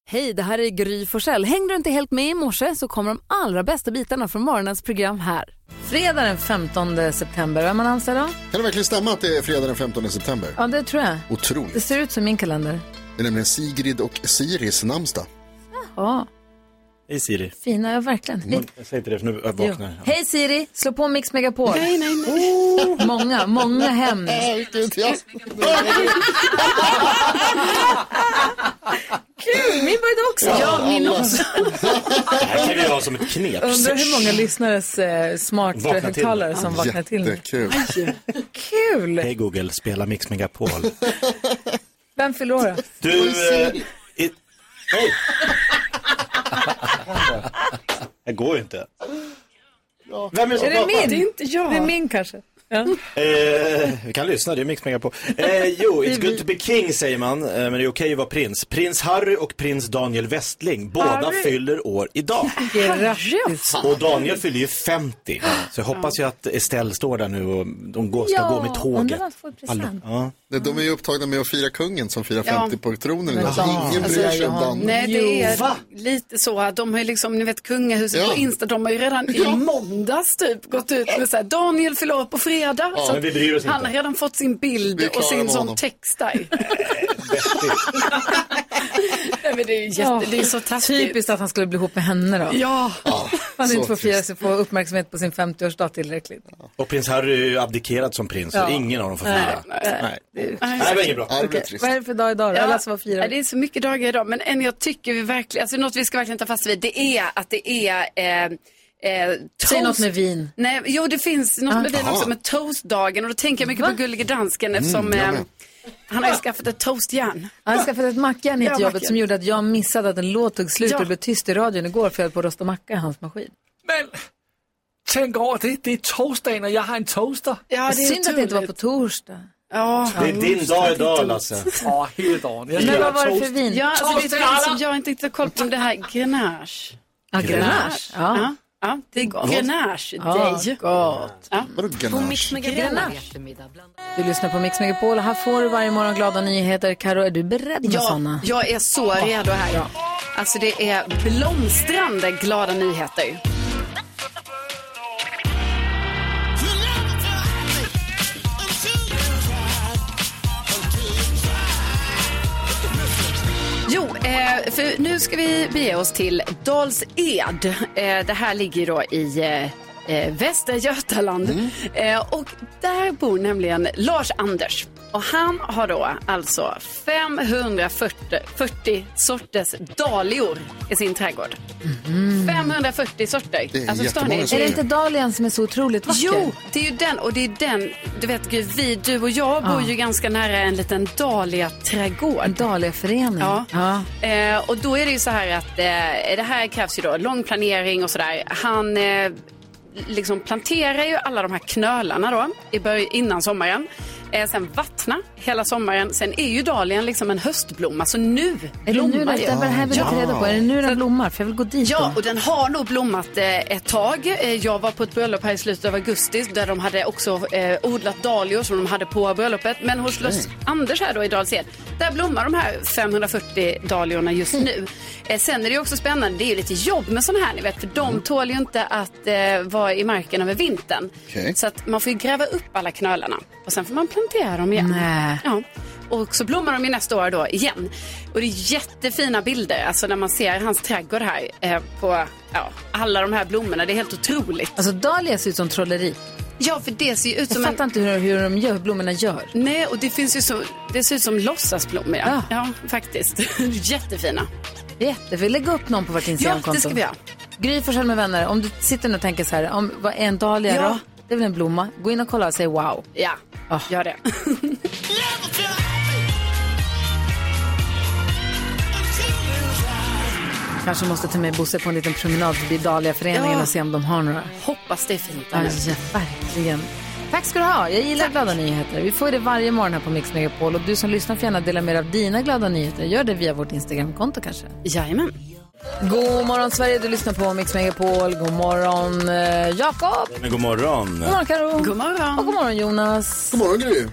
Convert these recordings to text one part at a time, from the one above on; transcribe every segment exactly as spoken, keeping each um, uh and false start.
Hej, det här är Gry Forssell. Hängde du inte helt med i morse så kommer de allra bästa bitarna från morgonens program här. Fredag den femtonde september, vem man anser då? Kan det verkligen stämma att det är fredag den femtonde september? Ja, det tror jag. Otroligt. Det ser ut som min kalender. Det är nämligen Sigrid och Siris namnsdag. Ja. Hej Siri. Fina, ja verkligen. Hej. Jag säger inte det för nu jag vaknar. Ja. Hej Siri, slå på Mix Megapol. Nej, nej, nej. Oh, många, många hem. Kul, min började också. Ja, ja min också. Det här kan vi ha som ett knep. Undrar hur många lyssnares eh, smart-högtalare som vaknar till nu. Jättekul. Kul. Hej Google, spela Mix Megapol. Vem fyller år då? Du, eh, i... hej. Det går ju inte. Ja. Vem är, är det min? Det är inte jag. Det är min kanske. Ja. Eh, vi kan lyssna, det är Mix Megapol. Eh, jo, it's good to be king säger man, eh, men det är okej att vara prins. Prins Harry och prins Daniel Westling, båda Harry. fyller år idag. Grattis. Och Daniel fyller ju femtio. Så jag hoppas ju att Estelle står där nu och de går, ska Ja, gå med tåget. undrar vad får present. Ja. De är ju upptagna med att fira kungen som firar Ja. femtio på tronen idag. Men Ingen bryr sig om Dan. Nej, det är Va? lite så att de har ju liksom, ni vet, kungahuset Ja. på Insta, de har ju redan i måndags typ gått ut med så här, Daniel fyller år på fredag. Så men vi bryr oss han inte. har redan fått sin Vi bild är och klara sin med sån honom. text där. Nej, men det är ju jätte, det är så taskigt. Typiskt att han skulle bli ihop med henne då. Ja. Han så inte får fira trist. sig, få uppmärksamhet på sin femtioårsdag tillräckligt. Och prins Harry är ju abdikerat som prins, så Ja. ingen av dem får fira. Nej, nej. Nej. Nej, det var inget bra. Ja, det blir Okej, trist. vad är det för dag idag då? Ja. Alla som var fyra. Ja, det är så mycket dagar idag, men en jag tycker vi verkligen, alltså något vi ska verkligen ta fast vid, det är att det är eh, eh, Säg toast- något med vin. Nej, jo det finns något med vin Aha. också med toastdagen och då tänker jag mycket Va? på Gullige Dansken eftersom Mm, jag eh, med. han har ju skaffat ett toastjärn. Han skaffade ett mackjärn hit Ja, till jobbet mackjärn. som gjorde att jag missade att en låt tog slut Ja. och det blev tyst i radion igår för jag höll på att rosta macka i hans maskin. Men tänk over det. Det är torsdagen och jag har en toaster. Ja, det är Synd att det inte var på otroligt. torsdag. Ja. Det är din dag idag, Lasse. Åh, helt dagen. Jag ska Men göra vad var det för toast. vin? Ja, alltså det är Toast, ett vin som alla. jag inte riktigt har koll på, det här Grenache. Ja, Grenache. Ja. Ja, ja, det är Grenache Ja, Day. gott. Vadå ganache? Du lyssnar på Mix Megapol och här får du varje morgon glada nyheter. Karo, är du beredd med Ja, såna? jag är så redo här. Alltså det är blomstrande glada nyheter. Jo, eh, för nu ska vi bege oss till Dals Ed. Eh, det här ligger då i eh, eh, Västra Götaland. Mm. Eh, och där bor nämligen Lars Anders. Och han har då alltså femhundrafyrtio sorters dahlior i sin trädgård. femhundrafyrtio sorter. Det är alltså, förstår ni? jättemånga Är det inte dahlian som är så otroligt vacker? Jo, det är ju den och det är den, du vet Gud, vi, du och jag bor ju ganska nära en liten dahlia-trädgård. En dahliaförening. Ja. Ja. Eh, och då är det ju så här att eh, det här krävs ju då lång planering och sådär. Han eh, liksom planterar ju alla de här knölarna då i börj- innan sommaren. Eh, sen vattna hela sommaren. Sen är ju dahlian liksom en höstblomma. Så nu Är det blommar nu det, ju. det var det här vill jag ta reda på. Är det nu den blommar? För jag vill gå dit Ja, då. och den har nog blommat eh, ett tag. Eh, jag var på ett bröllop här i slutet av augusti där de hade också eh, odlat dahlior som de hade på bröllopet. Men hos Lars Anders här då i Dals Ed, där blommar de här femhundrafyrtio dahliorna just nu. Eh, sen är det ju också spännande, det är ju lite jobb med sådana här, ni vet, för de tål ju inte att eh, vara i marken över vintern. Okej. Så att man får ju gräva upp alla knölarna och sen får man plantera dem igen. Nej. Ja. Och så blommar de ju nästa år då igen. Och det är jättefina bilder, alltså när man ser hans trädgård här eh, på ja, alla de här blommorna. Det är helt otroligt. Alltså dahlia ser ut som trolleri. Ja, för det ser ju ut Jag som fattar en... inte hur, hur de gör, hur blommorna gör. Nej, och det finns ju så... Det ser ut som låtsasblommor, ja. Ja. Ja, faktiskt. Jättefina. Jättefint. Lägg upp någon på vårt Ja, Instagramkonto. det ska vi göra. Gry Forssell med vänner. Om du sitter nu och tänker så här, om, vad är en dahlia Ja. då? Det är väl en blomma. Gå in och kolla och säg wow. Ja, Ah. gör det. Kanske måste ta med Bosse på en liten promenad förbi Dahliaföreningen Ja. och se om de har några. Hoppas det är fint. Ja, ja, verkligen. Tack ska du ha. Jag gillar glada nyheter. Vi får det varje morgon här på Mix Megapol. Och du som lyssnar får gärna dela med dig av dina glada nyheter. Gör det via vårt Instagramkonto kanske. Jajamän. God morgon Sverige, du lyssnar på Mix Megapol. God morgon eh, Jakob. Men god morgon. God morgon Karo. God morgon. Och god morgon Jonas. God morgon Gry.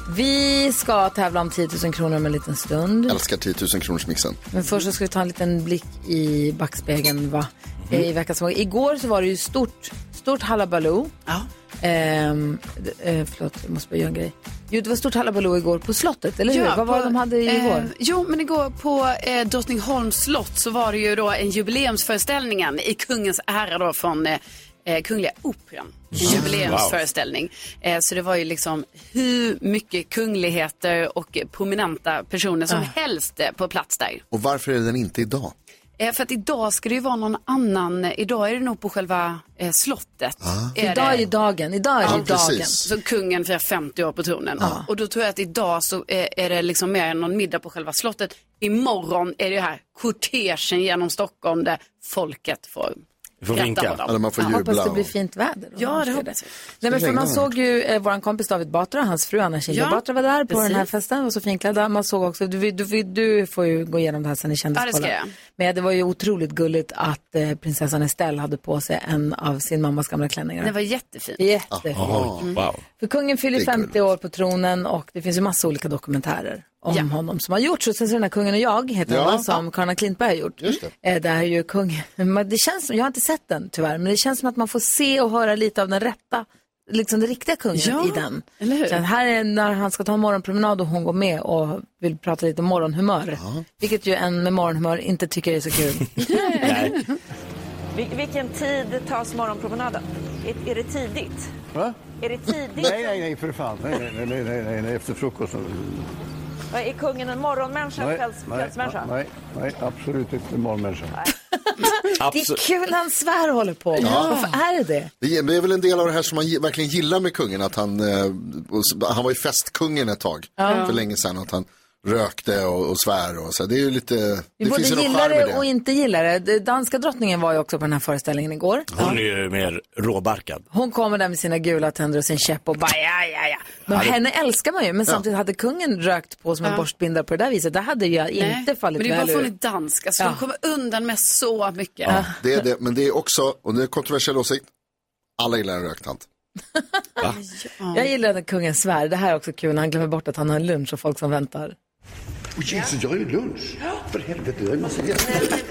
Vi ska tävla om tio tusen kronor om en liten stund. Jag älskar tio tusen kronors mixen. Men först så ska vi ta en liten blick i backspegeln, va? Mm. I veckan som var. Igår så var det ju stort, stort hallabaloo. Ja. Ehm, eh, förlåt, jag måste bara göra en grej. Jo, det var stort hallabaloo igår på slottet, eller hur? Ja, Vad var på, det de hade igår? Eh, jo, men igår på eh, Drottningholms slott så var det ju då en jubileumsföreställningen i kungens ära då från eh, Kungliga Operan. En jubileumsföreställning. Eh, så det var ju liksom hur mycket kungligheter och prominenta personer som ah. helst eh, på plats där. Och varför är den inte idag? Eh, för att idag ska det ju vara någon annan, idag är det nog på själva eh, slottet. Ah. Är idag är det dagen, idag är det ja, dagen. Så kungen firar femtio år på tronen. Ah. Och då tror jag att idag så är, är det liksom mer än någon middag på själva slottet. Imorgon är det här kortegen genom Stockholm där folket får får vinka. Eller man får jag jubla. hoppas det blir fint väder. Då. Ja, det hoppas jag. Nej, men för man såg ju eh, våran kompis David Batra, hans fru Anna Kinberg ja, Batra var där på precis. Den här festen, var så finklädda. Man såg också, du, du, du får ju gå igenom det här sen i Kändiskollen. Ja, men det var ju otroligt gulligt att eh, prinsessan Estelle hade på sig en av sin mammas gamla klänningar. Det var jättefint. Jättefint. Oh, mm. Wow. För kungen fyller femtio år på tronen och det finns ju massa olika dokumentärer om ja. honom som har gjorts. Och sen så den här Kungen och jag heter ja. han, som Karin Klintberg har gjort. Just det. Eh, det här är ju kungen. Det känns som, jag har inte sett den tyvärr, men det känns som att man får se och höra lite av den rätta, liksom den riktiga kungen ja. i den. Eller hur? Så här är när han ska ta en morgonpromenad och hon går med och vill prata lite morgonhumör. Ja. Vilket ju en med morgonhumör inte tycker är så kul. Nej. Vil- vilken tid tas morgonpromenaden? Är, är det tidigt? Va? Är det tidigt? Nej, nej, nej, för fan. Nej, nej, nej, nej, nej, nej efter frukost. Är kungen en morgonmänniska nej, kvälls, nej, kvällsmänniska? Nej, nej, absolut inte en morgonmänniska. Det är kul, han svär och håller på. Ja. Varför är det det? Det är väl en del av det här som man verkligen gillar med kungen. Att han, han var ju festkungen ett tag, ja. för länge sedan. Att han rökte och, och svär och så. Det är ju lite, det Vi finns ju någon gillar charm i det det. Och inte gillar det. Danska drottningen var ju också på den här föreställningen igår. Hon är ju mer råbarkad. Hon kommer där med sina gula tänder och sin käpp och bara ja, ja, ja. Men hade... henne älskar man ju. Men samtidigt ja. hade kungen rökt på som en ja. borstbindare på det där viset. Det hade ju Nej. inte fallit väl. Men det är bara för hon är danska så ja. de kommer undan med så mycket. Ja, det är det. Men det är också, och det är kontroversiell åsikt, alla gillar en röktant. Ja. Jag gillar att kungen svär. Det här är också kul när han glömmer bort att han har lunch och folk som väntar. Och Jesus, jag har ju lunch. För helvete, jag har en massa gäster.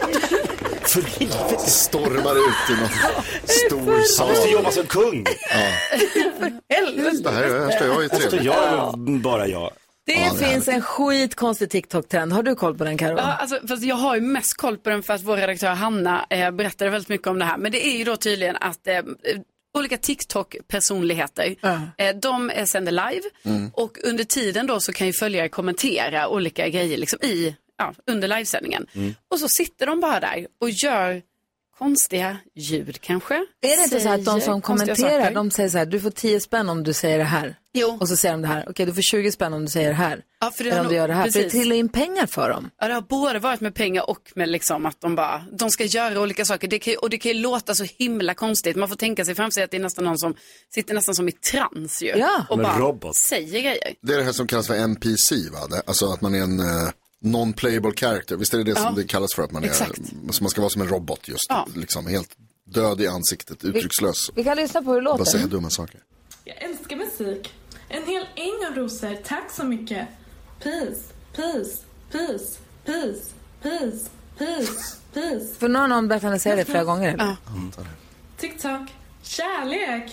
För helvete. Stormar ut i någon stor sal. Han måste jobba som kung. Ja. För helvete. Det här är jag är trevlig. Jag bara jag. Det ja, finns en skitkonstig TikTok-trend. Har du koll på den, Karo? Ja, alltså, fast jag har ju mest koll på den för att vår redaktör Hanna eh, berättade väldigt mycket om det här. Men det är ju då tydligen att eh, olika TikTok-personligheter, uh. eh, de eh, sänder live mm. och under tiden då så kan ju följare kommentera olika grejer liksom i, ja, under livesändningen. Mm. Och så sitter de bara där och gör konstiga ljud kanske. Är det inte så att de som kommenterar, de säger så här, du får tio spänn om du säger det här. Jo. Och så säger de det här, okej okay, du får tjugo spänn om du säger det här. Ja, för det eller om nog, du gör det här. precis. För det trillar in pengar för dem. Ja, det har både varit med pengar och med liksom att de bara, de ska göra olika saker. Det kan, och det kan ju låta så himla konstigt. Man får tänka sig framför sig att det är nästan någon som sitter nästan som i trans ju. Ja, och bara robot. säger grejer. Det är det här som kallas för N P C, va? Alltså att man är en uh, non-playable character. Visst är det det som ja. det kallas för att man är, så man ska vara som en robot just. Ja. Liksom helt död i ansiktet, uttryckslös. Vi, vi kan lyssna på hur det låter. Bara säga dumma saker. Jag älskar musik. En hel äng av rosor. Tack så mycket. Peace, peace, peace, peace, peace, peace, peace. För någon om berättade säga det flera gånger, eller? Ja. Mm. TikTok. Kärlek.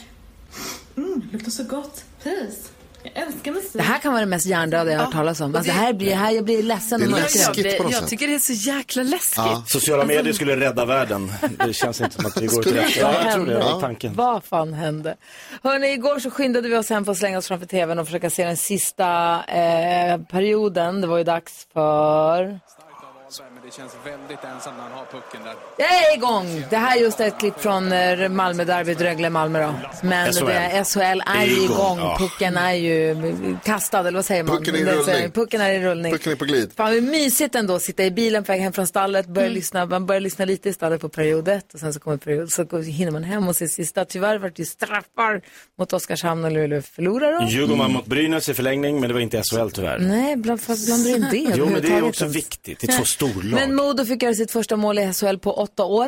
Mm, luktar så gott. Peace. Jag älskar musik. Det här kan vara det mest hjärndöda jag har hört talas om. Alltså, det här blir, här, jag blir ledsen. Det är och läskigt på något Jag sätt. tycker det är så jäkla läskigt. Ja. Sociala medier skulle rädda världen. Det känns inte som att det går till rätt. Ja, jag tror det är tanken. Vad fan hände? Hörrni, igår så skyndade vi oss hem för att slänga oss framför tvn och försöka se den sista eh, perioden. Det var ju dags för... Men det känns väldigt ensam när han har pucken där. Jag är igång! Det här är just ett klipp från Malmö, Derbyt, Rögle, Malmö då. Men S H L, det, S H L är ju igång. Ja. Pucken är ju kastad, eller vad säger man? Pucken är i rullning. Pucken är i rullning. Pucken är på glid. Fan, det är mysigt ändå att sitta i bilen på väg hem från stallet. Börja mm. lyssna, man börjar lyssna lite i stallet på periodet. Och sen så kommer period, så hinner man hem och se sista. Tyvärr var det ju straffar mot Oskarshamn och Luleå förlorar då. Djurgården mm. mot Brynäs i förlängning, men det var inte S H L tyvärr. Nej, bland, fast blandar in det. Jo, men det är också viktigt. Det är två storlag. Men Modo fick göra sitt första mål i S H L på åtta år.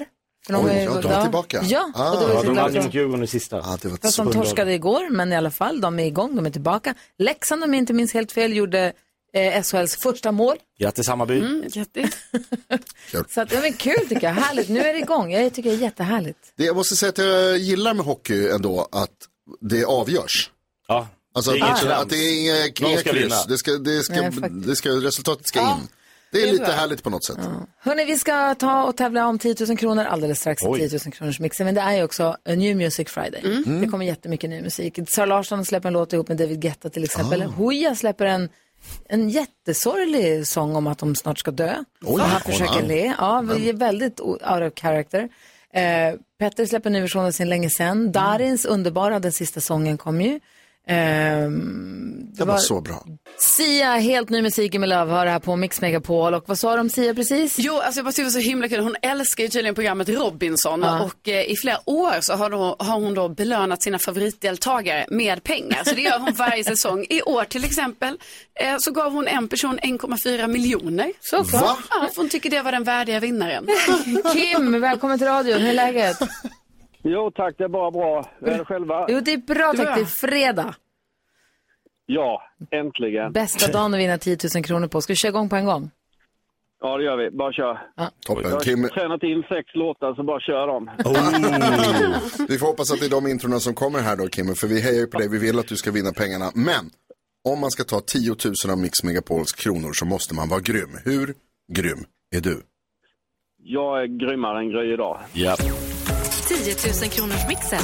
För de, Oj, är, ja, de är tillbaka. Ja, ah, och då var ja, de vann ju mot Djurgården i sista. Ah, det var fast de torskade igår, men i alla fall, de är igång, de är tillbaka. Leksand, om jag inte minns helt fel, gjorde eh, S H L:s första mål. Grattis Hammarby. Mm, grattis. Så att, ja, men kul tycker jag, härligt. Nu är det igång, jag tycker det är jättehärligt. Det, jag måste säga att jag gillar med hockey ändå att det avgörs. Ja. Alltså det är att, inget att, att det är inga, inga ska kryss. vinna. Det ska, det ska, Nej, det ska, resultatet ska Ja, in. Det är det är lite bra. härligt på något sätt. Ja. Hörrni, vi ska ta och tävla om tio tusen kronor alldeles strax. Oj. tio tusen kronors mixen. Men det är ju också a New Music Friday. Mm. Det kommer jättemycket ny musik. Sara Larsson släpper en låt ihop med David Guetta till exempel. Ah. Hooja släpper en, en jättesorglig sång om att de snart ska dö. Oj, och han oj, försöker oj. le. Ja, vi är väldigt out of character. Eh, Petter släpper en ny version av sin länge sen. Darins underbara, den sista sången kom ju. Ehm, Det var så bra. Sia, helt ny musik med Love, har det här på Mix Megapol. Och vad sa de om Sia precis? Jo, alltså jag bara tycker det var så himla kul. Hon älskar ju tydligen programmet Robinson Ja. och eh, i flera år så har, då, har hon då belönat sina favoritdeltagare med pengar. Så det gör hon varje säsong. I år till exempel eh, så gav hon en person en komma fyra miljoner. Så Va? Ja, för hon tycker det var den värdiga vinnaren. Kim, välkommen till radion. Hur är läget? Jo tack, det är bara bra. Hur är det själva? Jo, det är bra tack. Det är fredag. Ja, äntligen. Bästa dagen att vinna tio tusen kronor på. Ska vi köra igång på en gång? Ja, det gör vi. Bara kör. Ja. Toppen. Jag Kim, har tränat in sex låtar, så bara kör dem. vi får hoppas att det är de introna som kommer här då, Kim. För vi hejar ju på dig. Vi vill att du ska vinna pengarna. Men om man ska ta tio tusen av Mix Megapols kronor så måste man vara grym. Hur grym är du? Jag är grymmare än Gry idag. Ja. tio tusen kronors mixen.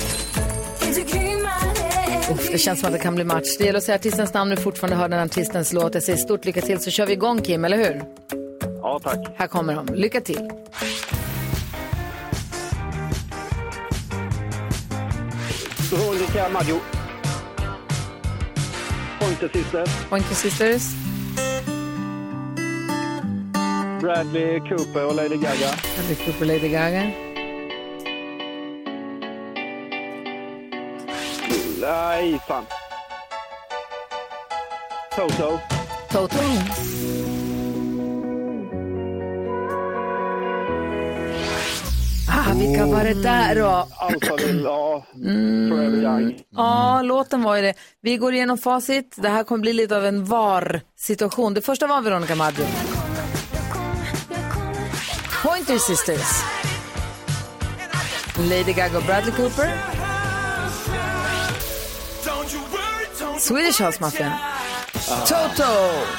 Uff, det känns som att det kan bli match. Det gäller att säga artistens namn och fortfarande hör den artistens låt. Jag säger stort lycka till så kör vi igång, Kim, eller hur? Ja, tack. Här kommer de. Lycka till. Veronica Maggio. Pointer Sisters. Pointer Sisters. Bradley Cooper och Lady Gaga. Bradley Cooper, Lady Gaga. Nej, fan. Toto. Toto. Ah, vilka var det där då? Alphaville, ja. Mm. Forever Young. Ja, låten var ju det. Vi går igenom facit. Det här kommer bli lite av en var-situation. Det första var Veronica Maggio. Pointer Sisters. Lady Gaga och Bradley Cooper. Swedish House Mafia. Toto.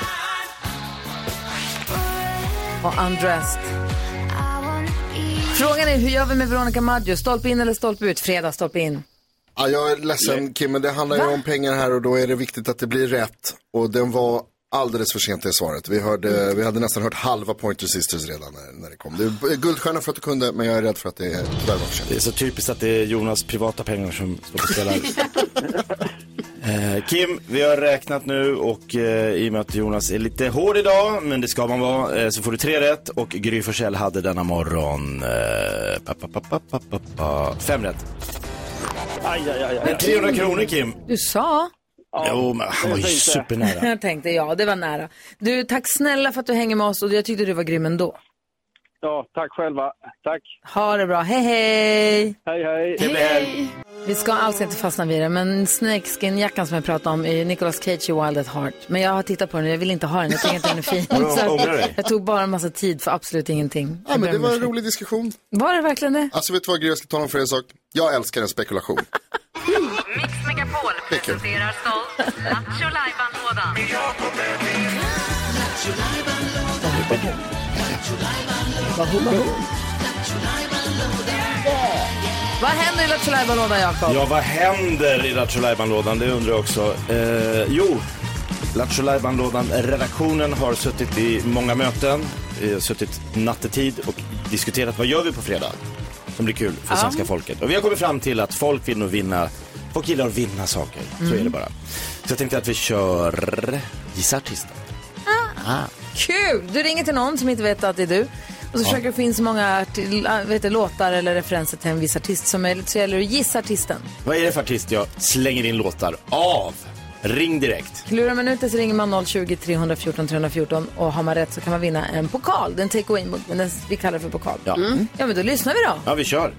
Och Undressed. Frågan är, hur gör vi med Veronica Maggio? Stolpe in eller stolpe ut? Fredag, stolpe in. Ja, jag är ledsen, Kim, men det handlar ju om pengar här och då är det viktigt att det blir rätt. Och den var alldeles för sent i svaret. Vi, hörde, vi hade nästan hört halva Pointer Sisters redan när, när det kom. Det är guldstjärna för att du kunde, men jag är rädd för att det är tyvärr var för sent. Det är så typiskt att det är Jonas privata pengar som står på spelar. eh, Kim, vi har räknat nu och eh, i och med att Jonas är lite hård idag, men det ska man vara, eh, så får du tre rätt och Gry Forssell hade denna morgon eh, pa, pa, pa, pa, pa, pa, pa, fem rätt. Aj, aj, aj, aj. trehundra kronor, Kim. Du sa? Ja, jo, men han var ju supernära. Jag tänkte, ja, det var nära. Du, tack snälla för att du hänger med oss och jag tyckte du var grym ändå. Ja, tack själva. Tack. Ha det bra. Hej, hej! Hej, hej. Hej, hej. Vi ska alls inte fastna vid det, men Snakeskin-jackan som jag pratade om är Nicolas Cage i Wild at Heart. Men jag har tittat på den och jag vill inte ha den. Jag tycker att den är fin. Så jag tog bara en massa tid för absolut ingenting. Ja, men det var en rolig diskussion. Var det verkligen det? Alltså, vet du vad, Gry, jag ska tala om för en sak. Jag älskar en spekulation. Mix Megapol presenterar stolt Lattjo Lajban-lådan. Vad händer i Lattjo Lajban-lådan, Jakob? Ja, vad händer i Lattjo Lajban-lådan? Det undrar jag också. Eh, jo, Lattjo Lajban-lådan, redaktionen har suttit i många möten, eh, suttit nattetid och diskuterat vad gör vi på fredag som blir kul för Ja. svenska folket. Och vi har kommit fram till att folk vill nog vinna, folk gillar att vinna saker, så Mm. är det bara. Så jag tänkte att vi kör Gissa artisten. Ah. Kul! Du ringer till någon som inte vet att det är du. Och så Ja. försöker det finnas så många arti- vet du, låtar eller referenser till en viss artist som möjligt. Så gäller det att gissa artisten. Vad är det för artist jag slänger in låtar av? Ring direkt. Klurar man ut så ringer man noll tjugo, tre fjorton, tre fjorton och har man rätt så kan man vinna en pokal. Den take away mugg, men den, vi kallar det för pokal. Ja. Mm. Ja, men då lyssnar vi då. Ja, vi kör.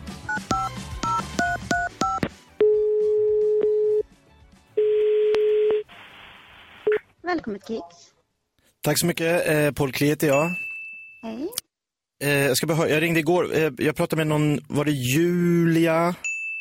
Välkommen till Kicks. Tack så mycket. Eh, Paul Klee heter jag. Hej. Eh, jag, ska behöra, jag ringde igår. Eh, jag pratade med någon, var det Julia?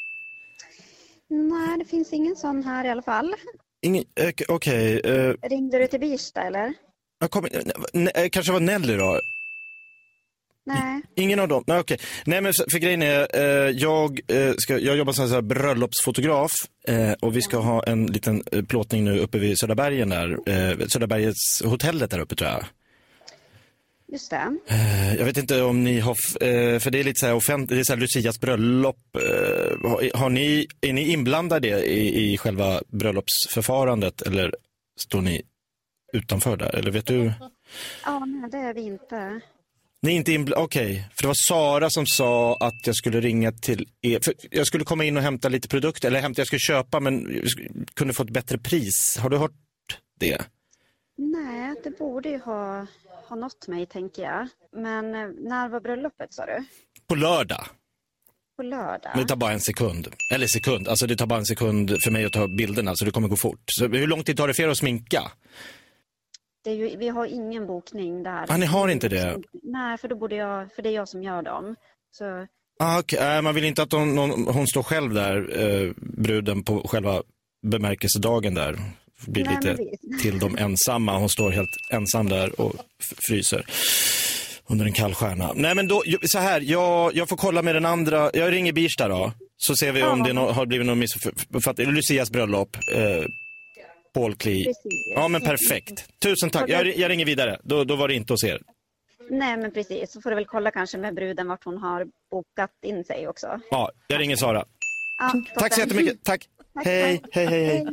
Nej, det finns ingen sån här i alla fall. Ingen, okej. Okay, uh, Ringde du till Birsta eller? Jag kom, ne, kanske var Nelly då? Nej. Ingen av dem? Nej, okej. Okay. Nej, men för grejen är, uh, jag, uh, ska, jag jobbar som så här bröllopsfotograf uh, och vi ska ha en liten uh, plåtning nu uppe vid Söderbergen där. Uh, Söderbergets hotellet där uppe tror jag. Just det. Uh, jag vet inte om ni har, uh, för det är lite så här offentligt, det är så här Lucias bröllop. Uh, har, har ni, är ni inblandade i, i själva bröllopsförfarandet eller står ni utanför där? Eller vet du? Ja, nej, det är vi inte. Ni är inte inblandade, okej. Okay. För det var Sara som sa att jag skulle ringa till er. För jag skulle komma in och hämta lite produkter, eller hämta, jag skulle köpa men jag kunde få ett bättre pris. Har du hört det? Nej, det borde ju ha... har nått mig, tänker jag. Men när var bröllopet, sa du? På lördag. På lördag? Men det tar bara en sekund. Eller sekund. Alltså det tar bara en sekund för mig att ta bilderna. Så det kommer gå fort. Så hur lång tid tar det för er att sminka? Det är ju, vi har ingen bokning där. Ah, ni har inte det? Nej, för då borde jag... För det är jag som gör dem. Så... Ah, okej. Okay. Äh, man vill inte att hon, hon, hon står själv där, eh, bruden, på själva bemärkelsedagen där. Blir Nej, lite till de ensamma. Hon står helt ensam där och f- fryser under en kall stjärna. Nej, men då, så här, jag, jag får kolla med den andra. Jag ringer Birsta då. Så ser vi ja. om det no- har blivit någon missuppfattning. Lucias bröllop. Eh, Paul Klee. Precis. Ja, men perfekt. Tusen tack. Jag, jag ringer vidare. Då, då var det inte hos er. Nej, men precis. Så får du väl kolla kanske med bruden vart hon har bokat in sig också. Ja, jag ringer Sara. Ja, tack så jättemycket. Tack. Tack. Hej, hej, hej, hej.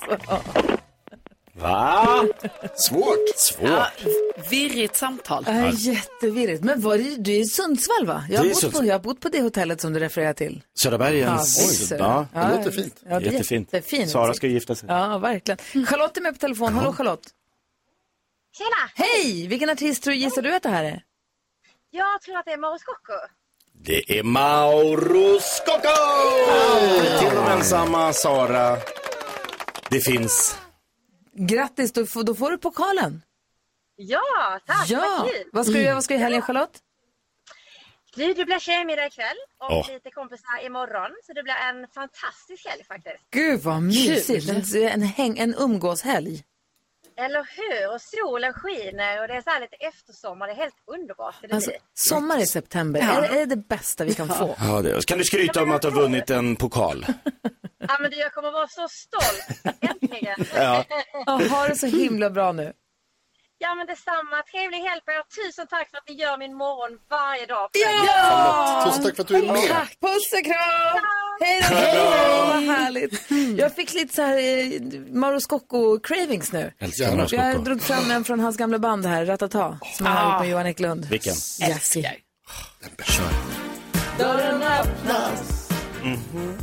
Va? Svårt. Svårt. Ja, virrigt samtal. Äh, jättevirrigt. Men var det, du är i Sundsvall, va? Jag har, bott på, jag har bott på det hotellet som du refererar till. Söderbergens. Ja, ja, det låter fint. Ja, det är jättefint. jättefint. Sara ska gifta sig. Ja, verkligen. Charlotte är med på telefon. Hallå, Charlotte. Tjena! Hej! Vilken artist tror gissar du att det här är? Jag tror att det är Mauro Scocco. Det är Mauro Scocco! Oh! Till de ensamma, Sara. Det finns... Grattis, då får, då får du pokalen. Ja, tack. Ja. Vad kul. Vad ska du göra? Vad ska du i helgen, Charlotte? Du, det blir tjejmiddag ikväll och oh. lite kompisar imorgon. Så det blir en fantastisk helg faktiskt. Gud vad mysigt. En, en, häng, en umgåshelg. Eller hur? Och solen skiner och det är så här lite eftersommar. Det är helt underbart. Det alltså, sommar i september, ja. är, det, är det bästa vi kan få? Ja, det är. Kan du skryta om att du har vunnit en pokal? Ja, men du, jag kommer vara så stolt. Äntligen. Ja. Ja, ha det så himla bra nu. Ja, men detsamma. Trevlig helg på er. Tusen tack för att ni gör min morgon varje dag. Ja! Tusen tack för att du är med. Tack. Puss och kram. Hej då. Hej då. Vad härligt. Jag fick lite så här eh, Mauro Scocco cravings nu. Älskar Mauro Scocco. Jag drog fram en från hans gamla band här, Ratata, som är här ah. på Johan Eklund. Vilken? Älskar. Den bästa. Dörren öppnas. Mm-hmm.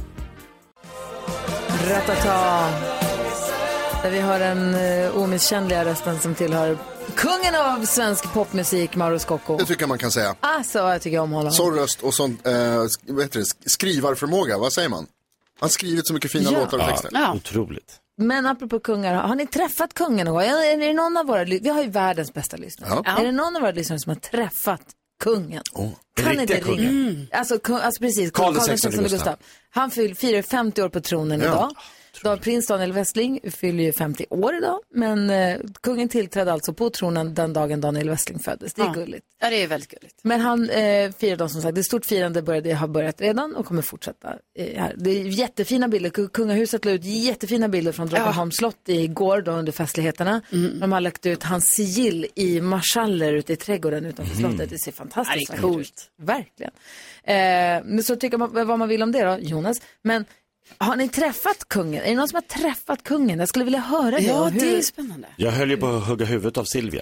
Ratata. Där vi har den uh, omisskännliga rösten som tillhör kungen av svensk popmusik, Mauro Scocco. Det tycker jag man kan säga. Alltså, jag tycker om honom. Så röst och sån eh, vad heter det, skrivarförmåga, vad säger man? Han har skrivit så mycket fina ja. låtar och texter. Ja, ja. Otroligt. Men apropå kungar, har ni träffat kungen någon gång? Är det någon av våra, vi har ju världens bästa lyssnare. Ja. Är det någon av våra lyssnare som har träffat kungen? Oh, kan inte ringa? Mm. Alltså, alltså precis, Karl sextonde Gustav. Gustav. Han firar femtio år på tronen ja. idag. Då prins Daniel Westling fyller ju femtio år idag, men eh, kungen tillträdde alltså på tronen den dagen Daniel Westling föddes. Det är ja. gulligt. Ja, det är väldigt gulligt. Men han eh, firar dem som sagt, det är stort firande, började, har börjat redan och kommer fortsätta eh, här. Det är jättefina bilder, kungahuset la ut jättefina bilder från Drottningholms slott igår då under festligheterna. Mm. De har lagt ut hans sigill i marschaller ute i trädgården utanför mm. slottet. Det ser fantastiskt ja, det är coolt. ut. Verkligen. Eh, men så tycker man vad man vill om det då, Jonas. Men har ni träffat kungen? Är det någon som har träffat kungen? Jag skulle vilja höra det. Ja, hur... det är spännande. Jag höll ju på att hugga huvudet av Silvia.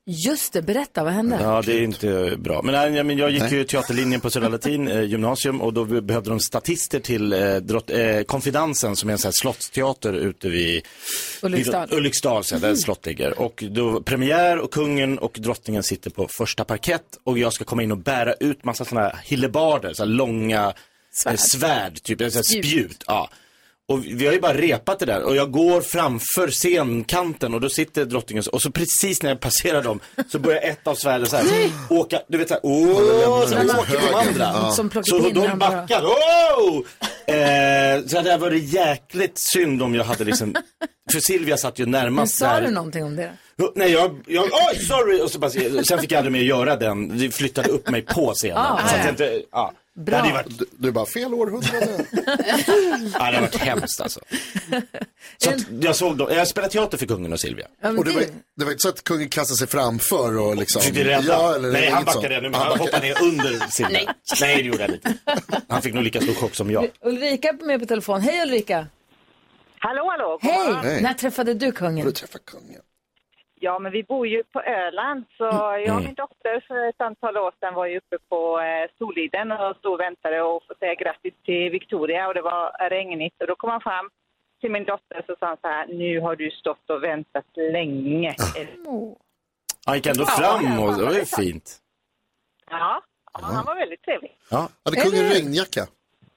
Just det, berätta, vad hände? Ja, det är inte bra. Men, nej, men jag gick ju teaterlinjen på Södra Latin eh, gymnasium och då behövde de statister till eh, drott, eh, Konfidansen som är en sån här slottsteater ute vid Ulriksdal, vid, Ulriksdal så där slott ligger. Och då premiär och kungen och drottningen sitter på första parkett och jag ska komma in och bära ut massa såna här hillebarder, så här långa svärd, eh, svärd typ så här spjut. Ja. Och vi har ju bara repat det där och jag går framför scenkanten och då sitter drottningen och så precis när jag passerar dem så börjar ett av svärden så här åka, du vet så här, åh, så här, åker de andra. Ja. Som så de backar, åh! Eh, så det var det jäkligt synd om jag hade liksom, för Silvia satt ju närmast där. Men sa du någonting om det? Nej, jag, jag oj, sorry! Och så bara, sen fick jag aldrig mer göra den, det flyttade upp mig på scenen. Ah, så att jag inte, ja. Bra. Det varit... du, du är bara fel århundrade. Ja, det har varit hemskt alltså. Så att jag såg då, jag spelade teater för kungen och Silvia. Och det var, det var inte så att kungen kastade sig framför och liksom... Ja, eller nej, han backade nu, men han, han hoppade ner under Silvia. Nej. nej, det gjorde han inte. Han fick nog lika stor chock som jag. Ulrika är med på telefon. Hej Ulrika. Hallå, hallå. Hej. Hej. När träffade du kungen? Du träffade kungen. Ja, men vi bor ju på Öland, så jag och min dotter för ett antal år sedan var ju uppe på eh, Soliden och stod och väntade och få säga grattis till Victoria och det var regnigt. Och då kom han fram till min dotter och så sa han så här, nu har du stått och väntat länge. Oh. Han gick ändå fram och det var ju fint. Ja, ja, han var väldigt trevlig. Ja. Hade kungen regnjacka?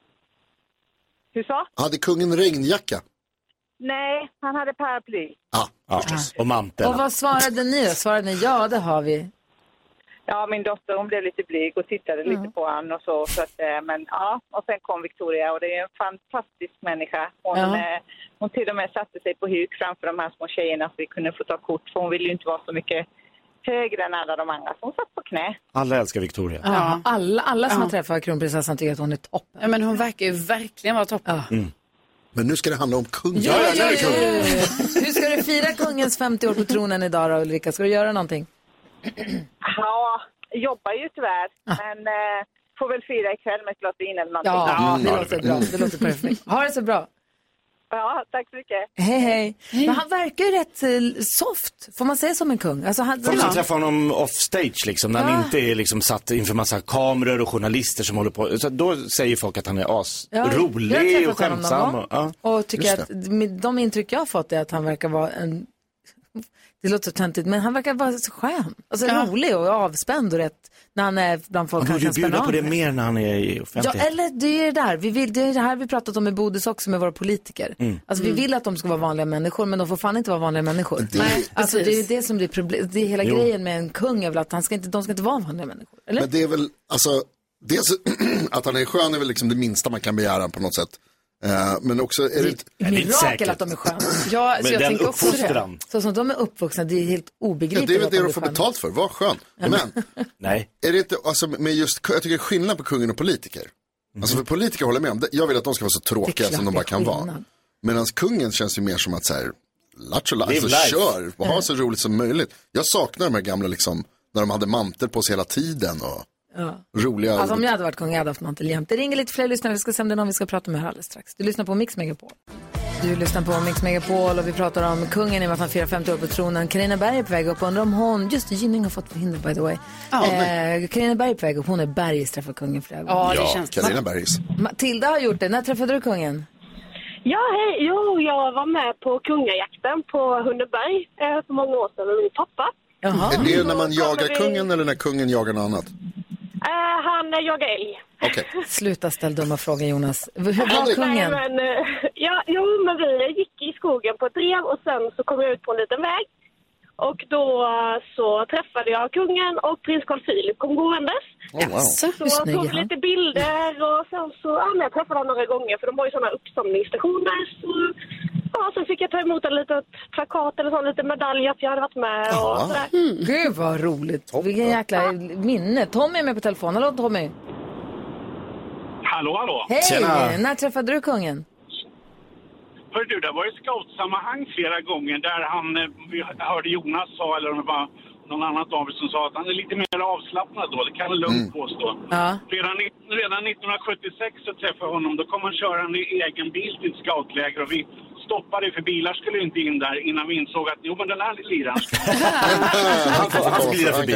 Hur sa? Hade kungen regnjacka? Nej, han hade paraply. Ja, ja. Och mantel. Och vad svarade ni då? Svarade ni, ja det har vi. Ja, min dotter hon blev lite blyg och tittade mm. lite på han och så. så att, men ja, och sen kom Victoria och det är en fantastisk människa. Hon, ja. eh, hon till och med satte sig på huk framför de här små tjejerna så vi kunde få ta kort. För hon ville ju inte vara så mycket högre än alla de andra. Så hon satt på knä. Alla älskar Victoria. Ja, alla, alla som ja. har träffat kronprinsessan tycker att hon är toppen. Ja, men hon verkar ju verkligen vara toppen. Ja. Mm. Men nu ska det handla om kungen. Ja, ja, ja, ja, ja. Hur ska du fira kungens femtio år på tronen idag då, Ulrika? Ska du göra någonting? Ja, jobbar ju tyvärr. Ah. Men eh, får väl fira ikväll med ett glas vin eller någonting. Ja, det låter bra. Det låter perfekt. Ha det så bra. Ja, tack så mycket. Hej, hej. Men han verkar ju rätt uh, soft. Får man säga som en kung? Alltså, han, folk som träffar honom off stage liksom, när ja. han inte är liksom satt inför massa kameror och journalister som håller på. Så då säger folk att han är as ja, rolig och skämtsam. Och, ja. och tycker att de intryck jag har fått är att han verkar vara en... Det låter töntigt, men han verkar vara så skön. Alltså ja. rolig och avspänd och rätt när han är bland folk. Han borde ju bjuda på det mer när han är i offentlighet. Ja, eller det är det där. Vi vill, det är det här vi pratat om i Bodis också med våra politiker. Mm. Alltså vi vill att de ska vara vanliga människor, men de får fan inte vara vanliga människor. Det... Nej, alltså det är det som blir problem. Det är hela jo. grejen med en kung är väl att han ska inte, de ska inte vara vanliga människor. Eller? Men det är väl, alltså, dels att han är skön är väl liksom det minsta man kan begära på något sätt. Uh, men också är det, det är mirakel att de är sköna. Ja, så men jag den tänker också det. Så som de är uppvuxna, det är helt obegripligt. Ja, det är väl det de får betalt för, var skön. Men nej. Är det inte, alltså med just, jag tycker det är skillnad på kungen och politiker. Mm. Alltså för politiker håller med om det. Jag vill att de ska vara så tråkiga som de bara kan vara. Medan kungen känns ju mer som att så här, latch och life, så kör, och ha så roligt som möjligt. Jag saknar de här gamla liksom, när de hade mantel på sig hela tiden och ja. roliga. Alltså om jag hade varit kung, jag hade haft mantel jämt. Det ringer lite fler lyssnare, vi ska se om det är någon vi ska prata med här alldeles strax. Du lyssnar på Mix Megapol. Du lyssnar på Mix Megapol och vi pratar om kungen i vad han firar femtio år på tronen. Carina Berg är på väg upp, undrar om hon, just Gynning har fått förhinder by the way. Ja, eh, Carina Berg är på väg upp, hon är Bergis träffar kungen flera gånger. Ja, det ja, känns Carina Bergis. Matilda har gjort det, när träffade du kungen? Ja, hej. Jo, jag var med på kungajakten på Hundeberg eh, för många år sedan med min pappa. Jaha. Är det när man jagar vi... kungen eller när kungen jagar något annat? Uh, han jagar älg. Okay. Sluta ställa dumma frågor, Jonas. Hur var kungen? Nej, men, uh, ja, jo, men vi gick i skogen på ett rev och sen så kom jag ut på en liten väg. Och då uh, så träffade jag kungen och prins Carl Philip kom gåendes. Oh, wow. Så jag tog lite bilder och sen så ja, jag träffade honom några gånger för de har ju sådana uppsamlingsstationer. Så, ja, sen fick jag ta emot en litet plakat eller sån liten medalj att jag hade varit med. Och sådär. Mm. Gud vad roligt. Toppen. Vilken jäkla minne. Tommy är med på telefon. Hallå Tommy. Hallå, hallå. Hej, tjena. När träffade du kungen? Hör du, det var ju scoutsammanhang flera gånger där han, vi hörde Jonas sa, eller om det var någon annan av er som sa att han är lite mer avslappnad då, det kan jag lugnt mm. påstå. Ja. Redan, redan nittonhundrasjuttiosex så träffade jag honom, då kom han köra en egen bil till ett scoutläger och vi stoppade för bilar skulle inte in där innan vi insåg att jo men den här liraren han får han glida förbi.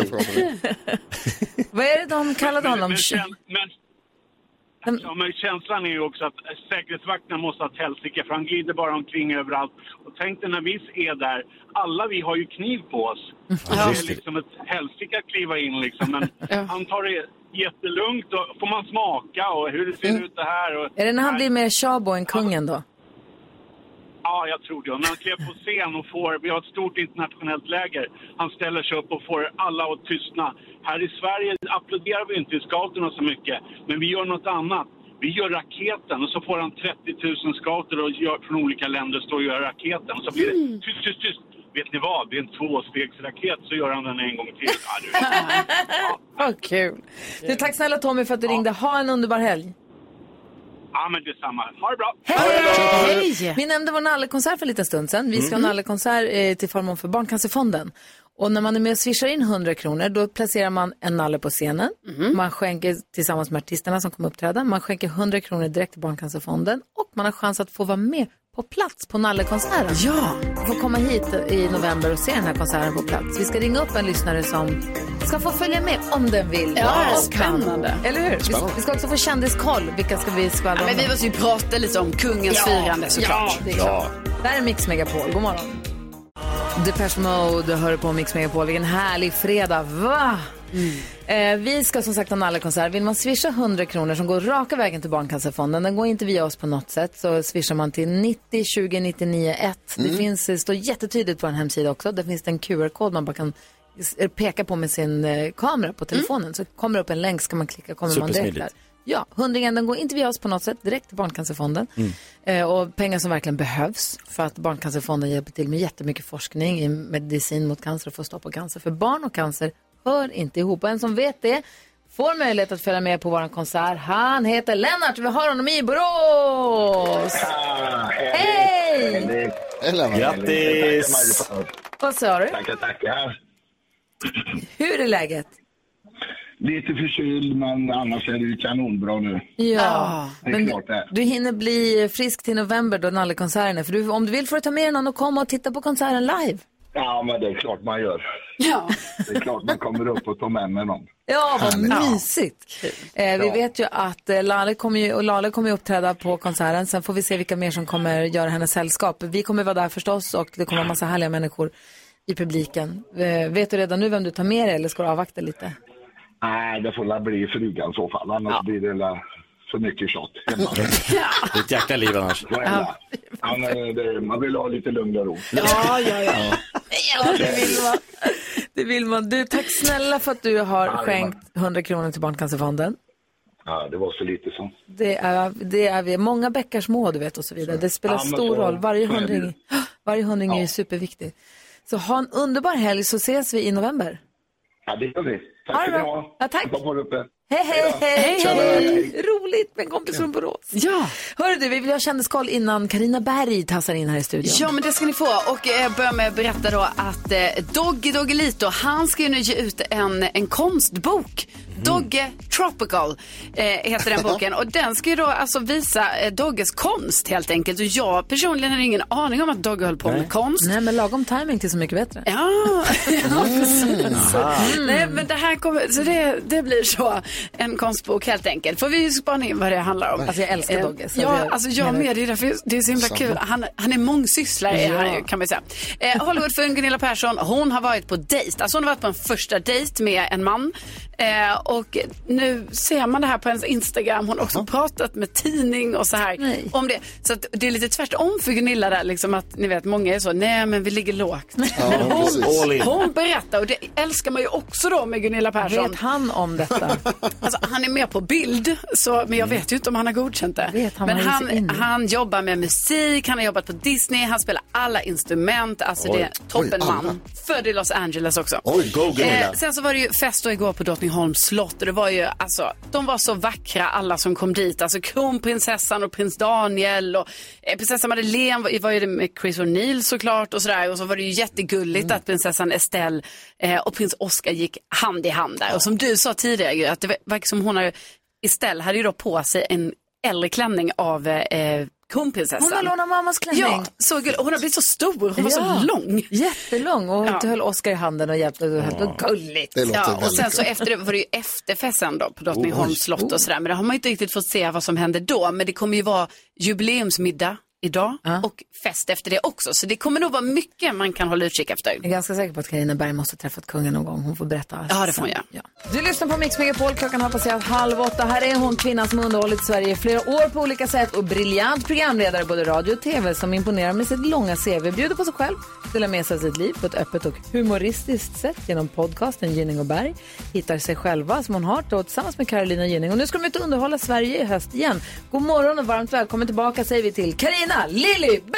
Vad är det de kallade honom? Men, men, men, ja, men känslan är ju också att säkerhetsvakterna måste ha ett helsike för han glider bara omkring överallt. Och tänk dig när vi är där, alla vi har ju kniv på oss. Ja. Det är liksom ett helsike att kliva in liksom. Men ja. Han tar det jättelugnt och får man smaka och hur det ser mm. ut det här. Och, är det när han blir mer Chabo än kungen då? Ja, jag tror det. När han klev på scen och får, vi har ett stort internationellt läger. Han ställer sig upp och får alla att tystna. Här i Sverige applåderar vi inte i scouterna så mycket. Men vi gör något annat. Vi gör raketen och så får han trettio tusen scouter och gör, från olika länder står och gör raketen. Och så blir det tyst, tyst, tyst. Vet ni vad? Det är en tvåstegsraket så gör han den en gång till. Ja, du vet. Ja. Vad kul. Du, tack snälla Tommy för att du ja. ringde. Ha en underbar helg. Ja, men detsamma. Ha det bra. Hej! Hej! Vi nämnde vår nallekonsert för en liten stund sedan. Vi ska mm. ha nallekonsert eh, till förmån för Barncancerfonden. Och när man är med och swishar in hundra kronor, då placerar man en nalle på scenen. Mm. Man skänker tillsammans med artisterna som kommer uppträda. Man skänker hundra kronor direkt till Barncancerfonden. Och man har chans att få vara med på plats på nallekonserten. Ja! Få komma hit i november och se den här konserten på plats. Vi ska ringa upp en lyssnare som ska få följa med om den vill. Ja, wow, spännande. Eller hur? Vi, vi ska också få kändiskoll. Vilka ska vi skvallra ja, om? Men vi måste ju prata lite om kungens ja. firande såklart. Ja, det är klart. Ja. Där är Mix Megapol. God morgon. Depeche Mode, hör på Mix Megapol. Vilken härlig fredag, va? Mm. Eh, vi ska som sagt ha en nallekonsert. Vill man swisha hundra kronor som går raka vägen till Barncancerfonden, den går inte via oss på något sätt, så swishar man till nittio tjugo nittionio ett. Mm. Det finns, det står jättetydligt på en hemsida också. Där finns det en Q R-kod man bara kan peka på med sin eh, kamera på telefonen. Mm. Så kommer det upp en länk, ska man klicka, kommer man direkt där. Ja, hundringen, den går inte via oss på något sätt, direkt till Barncancerfonden. Mm. Eh, och pengar som verkligen behövs för att Barncancerfonden hjälper till med jättemycket forskning i medicin mot cancer och få stopp på cancer. För barn och cancer hör inte ihop. Och en som vet det får möjlighet att följa med på vår konsert. Han heter Lennart, vi har honom i Borås. Ja, hej! Hej! Grattis! Vad sa du? Tackar, tackar. Hur är läget? Lite förkyld, men annars är det ju kanonbra nu. Ja, men det. Du hinner bli frisk till november då nallekonserten är. För du, om du vill får du ta med någon och komma och titta på konserten live. Ja, men det är klart man gör. Ja. Det är klart man kommer upp och tar med med någon. Ja, vad mysigt. Ja. Eh, vi ja. vet ju att eh, Lale kommer ju, och Lale kommer ju uppträda på konserten. Sen får vi se vilka mer som kommer göra hennes sällskap. Vi kommer vara där förstås och det kommer vara en massa härliga människor i publiken. Eh, vet du redan nu vem du tar med dig eller ska du avvakta lite? Nej, det får bli frugan i så fall. Annars ja. blir det för mycket tjat hemma. Ja. Det är ett jäkla liv annars. Ja. Ja, men det, man vill ha lite lugn och ro. Ja, ja, ja. ja. ja det, vill man. det vill man. Du, tack snälla för att du har ja, skänkt hundra kronor till Barncancerfonden. Ja, det var så lite så. Det är, det är vi. Många bäckar små, du vet, och så vidare. Det spelar ja, stor så, roll. Varje hundring, varje hundring ja. är superviktig. Så ha en underbar helg så ses vi i november. Ja, det gör vi. Tack för det. Ja, tack. Hej, hej, hej, hej. Roligt med en kompis från Borås. Ja. Hörru du, vi vill ha kändiskoll innan Carina Berg tassar in här i studion. Ja, men det ska ni få. Och jag börjar med att berätta då att eh, Doggy Doggelito, han ska ju nu ge ut en, en konstbok. Mm. Dogge Tropical eh, heter den boken. Och den ska ju då alltså visa eh, Dogges konst helt enkelt. Och jag personligen hade ingen aning om att Dogge höll på Nej. med konst. Nej, men lagom timing till så mycket bättre. Ja, ja precis. Mm. Nej, men det här kommer, så det, det blir så en konstbok helt enkelt. Får vi ju spana in vad det handlar om. Alltså jag älskar Dogge. Ja, jag, alltså jag med, det är därför det är så himla kul. Han, han är mångsysslare ja. här, kan man säga. Eh, Hollywoodfrun Gunilla Persson, hon har varit på dejt. Alltså hon har varit på en första dejt med en man. Eh, och nu ser man det här på hennes Instagram. Hon har också Aha. pratat med tidning och så här nej. om det. Så att det är lite tvärtom för Gunilla där, liksom att ni vet, många är så, nej men vi ligger lågt. Ja, men hon, hon berättar, och det älskar man ju också då med Gunilla Persson. Vet han om detta? Alltså han är med på bild, så, men jag vet ju inte om han har godkänt det. Vet, han men han, han jobbar med musik, han har jobbat på Disney, han spelar alla instrument, alltså oj, det är toppenman. Född i Los Angeles också. Oj, go Gunilla. Eh, sen så var det ju fest då igår på Drottningholms slott, och det var ju, alltså, de var så vackra alla som kom dit, alltså kronprinsessan och prins Daniel och eh, prinsessan Madeleine var, var ju det med Chris O'Neill såklart och sådär, och så var det ju jättegulligt mm. att prinsessan Estelle eh, och prins Oscar gick hand i hand där, ja. och som du sa tidigare att det verkar som hon har, Estelle hade ju då på sig en äldre klänning av eh, kronprinsessan. Hon har lånat mammas klänning. Ja, så gullig. Hon har blivit så stor, hon var Ja. så lång. Jättelång och Ja. ja. höll Oscar i handen och hjälpte. Det var gulligt. Det låter Ja, och väldigt sen så bra. efter det var det ju efterfesten då på Drottningholms Oj. slott och sådär. Men det har man ju inte riktigt fått se vad som hände då. Men det kommer ju vara jubileumsmiddag idag och fest efter det också. Så det kommer nog vara mycket man kan hålla utkik efter. Jag är ganska säker på att Carina Berg måste ha träffat kungen någon gång. Hon får berätta allt. Ja, det får hon göra. Ja. Du lyssnar på Mix Megapol. Klockan har passerat halv åtta. Här är hon, kvinnan som underhållit Sverige i flera år på olika sätt och briljant programledare både radio och tv som imponerar med sitt långa C V. Bjuder på sig själv, delar med sig av sitt liv på ett öppet och humoristiskt sätt genom podcasten Gynning och Berg. Hittar sig själva som hon har då tillsammans med Carolina Gynning. Och nu ska de ut och underhålla Sverige i höst igen. God morgon och varmt välkommen tillbaka säger vi till Carina Lilly Berg!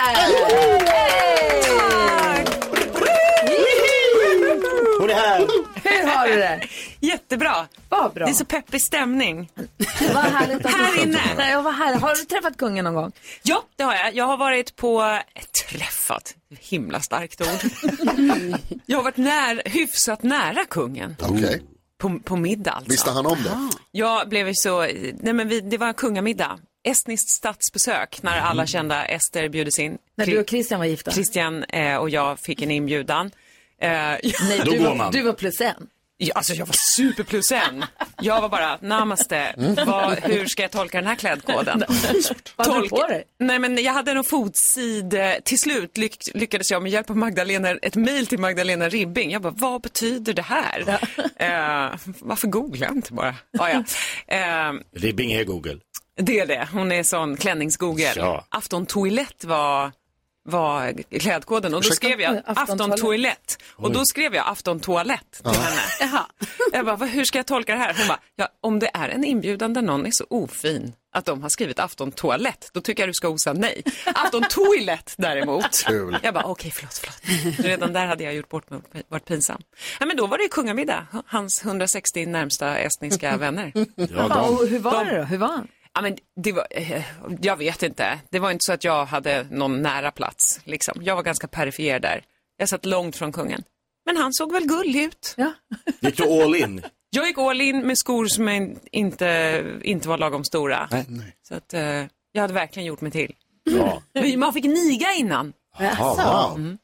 Hon är här! Hur har du det? Jättebra. Vad bra. Det är så peppig stämning. Vad härligt att du här inne. Nej, vad härligt. Har du träffat kungen någon gång? Ja, det har jag. Jag har varit på träffat. Himla starkt ord. Jag har varit när, hyfsat nära kungen. Okej. Okay. På, på middag alltså. Visste han om det? Jag blev så, nej men vi, det var en kungamiddag. Estniskt statsbesök när alla kända ester bjöds in. När du och Christian var gifta? Christian eh, och jag fick en inbjudan. Eh, Nej, du var, du var plus en. Ja, alltså jag var super plus en. Jag var bara, namaste, Mm. vad, hur ska jag tolka den här klädkoden? Vad hade du på dig? Nej men jag hade en fotsid, till slut lyck, lyckades jag med hjälp av Magdalena, ett mejl till Magdalena Ribbing. Jag bara, vad betyder det här? Ja. Eh, varför googlar jag inte bara? Ah, ja. eh, Ribbing är Google. Det är det, hon är sån klänningsgoogle. Ja. Afton toilett var... var klädkoden och då skrev jag afton toalett och då skrev jag afton toalett till Ja. henne. Jaha. Jag bara, hur ska jag tolka det här? Hon bara, ja, om det är en inbjudan där någon är så ofin att de har skrivit afton toalett, då tycker jag du ska osa nej. Afton toalett däremot. Kul. Jag bara, okej, okay, förlåt, förlåt. Redan där hade jag gjort bort mig, varit pinsam. Ja, men då var det ju kungamiddag, hans hundrasextio närmsta estniska vänner. Ja, och hur var det då? Hur var han? Ja, men det var, jag vet inte. Det var inte så att jag hade någon nära plats. Liksom. Jag var ganska perifer där. Jag satt långt från kungen. Men han såg väl gullig ut. Ja. Gick du all in? Jag gick all in med skor som inte, inte var lagom stora. Nej. Så att, uh, jag hade verkligen gjort mig till. Ja. Men man fick niga innan. Alltså. Mm.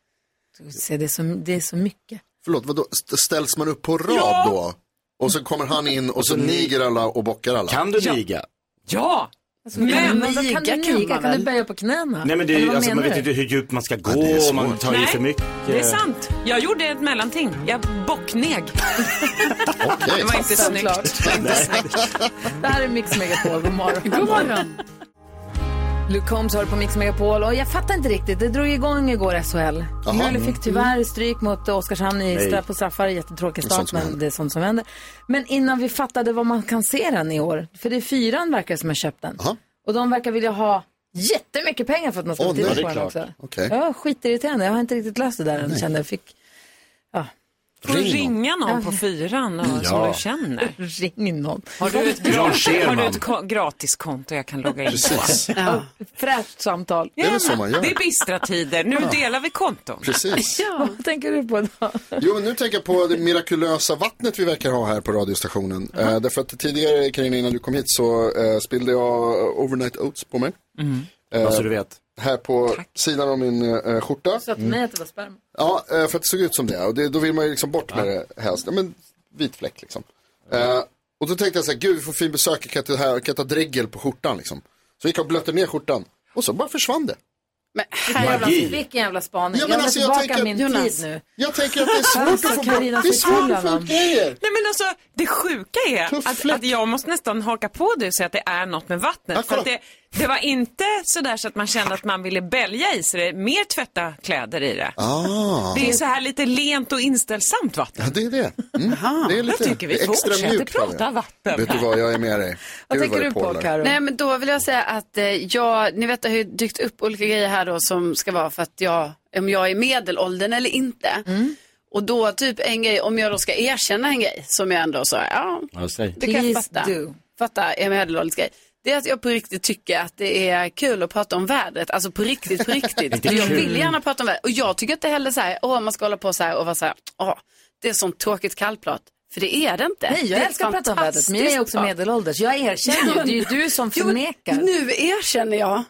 Så det, är så, det är så mycket. Förlåt, vadå? St- Ställs man upp på rad Ja. då? Och så kommer han in och så niger alla och bockar alla. Kan du Ja. niga? Ja! Alltså, Men men vad kan du niga? Kan, kan du böja på knäna? Nej men det Eller är, vad alltså, man menar vet du? inte hur djupt man ska gå, det är om man svårt. tar i Nej, för mycket. Det är sant. Jag gjorde ett mellanting. Jag bockneg. Okej. Det var inte Såklart. snyggt. Det var inte snyggt. Det här är Mix Megapol. God morgon. God morgon. Luke Combs har på Mix Megapol och jag fattar inte riktigt. Det drog igång igår S H L. Luleå fick tyvärr stryk mot Oskarshamn i straff på straffar. Jättetråkig Det är sånt start, som men händer. det är sånt som händer. Men innan vi fattade vad man kan se den i år. För det är fyran verkar som har köpt den. Aha. Och de verkar vilja ha jättemycket pengar för att man ska Åh, få titta nej, det på är den klart. också. Okej. Ja, skitirriterande. Jag har inte riktigt löst det där än. Kände jag fick... Ja. Får du ringa någon på fyran och, som Ja. du känner? Ring någon. Har du ett, Jan gratis, har du Scherman. ett ko- gratiskonto jag kan logga in på? Precis. Ja. Fräscht samtal. Det är väl så man gör. Det är bistra tider. Nu delar vi konton. Precis. Ja, vad tänker du på då? Jo, men nu tänker jag på det mirakulösa vattnet vi verkar ha här på radiostationen. Eh, därför att tidigare, Carina, innan du kom hit så eh, spillde jag overnight oats på mig. Mm. Eh, Bara så du vet. Här på sidan av min eh, skjorta. Så att mig att det var sperma. Ja, eh, för att det såg ut som det. Och det, då vill man ju liksom bort med det helst. Ja, men vit fläck liksom. Eh, och då tänkte jag så här, gud vi får fin besök, jag kan ta, här, jag kan ta dregel på skjortan liksom. Så gick jag och blötte ner skjortan. Och så bara försvann det. Men Jävla, Magi. vilken jävla spaning. Ja, men jag vill alltså, jag tillbaka tänker- min Jonas. tid nu. Jag tänker att det är svårt Alltså, att få Carina, bort. Det är svårt förklara att få dem. bort grejer. Nej men alltså, det sjuka är Tuff att, fläck. att jag måste nästan haka på det och säga att det är något med vattnet. Ja, för kolla. att det, det var inte sådär så att man kände att man ville bälja i sig det, mer tvätta kläder i det. Ah. Det är så här lite lent och inställsamt vatten. Ja, det är det. Mm. Det är lite Jag tycker vi det är extra fortsätter mjukt, har vi. prata vatten Vet du här. vad, jag är med dig. Vad Gud, tänker det du på, porlar. Karo? Nej, men då vill jag säga att eh, jag, ni vet det har ju dykt upp olika grejer här då som ska vara för att jag, om jag är medelåldern eller inte. Mm. Och då typ en grej, om jag då ska erkänna en grej som jag ändå sa, ja, Ja, säg. det kan jag Please fatta. do. Fatta är medelålders grej. Det är att jag på riktigt tycker att det är kul att prata om vädret. Alltså på riktigt, på riktigt. Inte jag kul. vill gärna prata om vädret. Och jag tycker inte heller så här, åh man ska hålla på så här och vara så här, åh, det är sånt tråkigt kallprat. För det är det inte. Nej, Det jag är älskar att prata om vädret, men jag är också fantastiskt bra. medelålders. Jag erkänner ju, det är ju du som Jo, förnekar. nu erkänner jag Ja.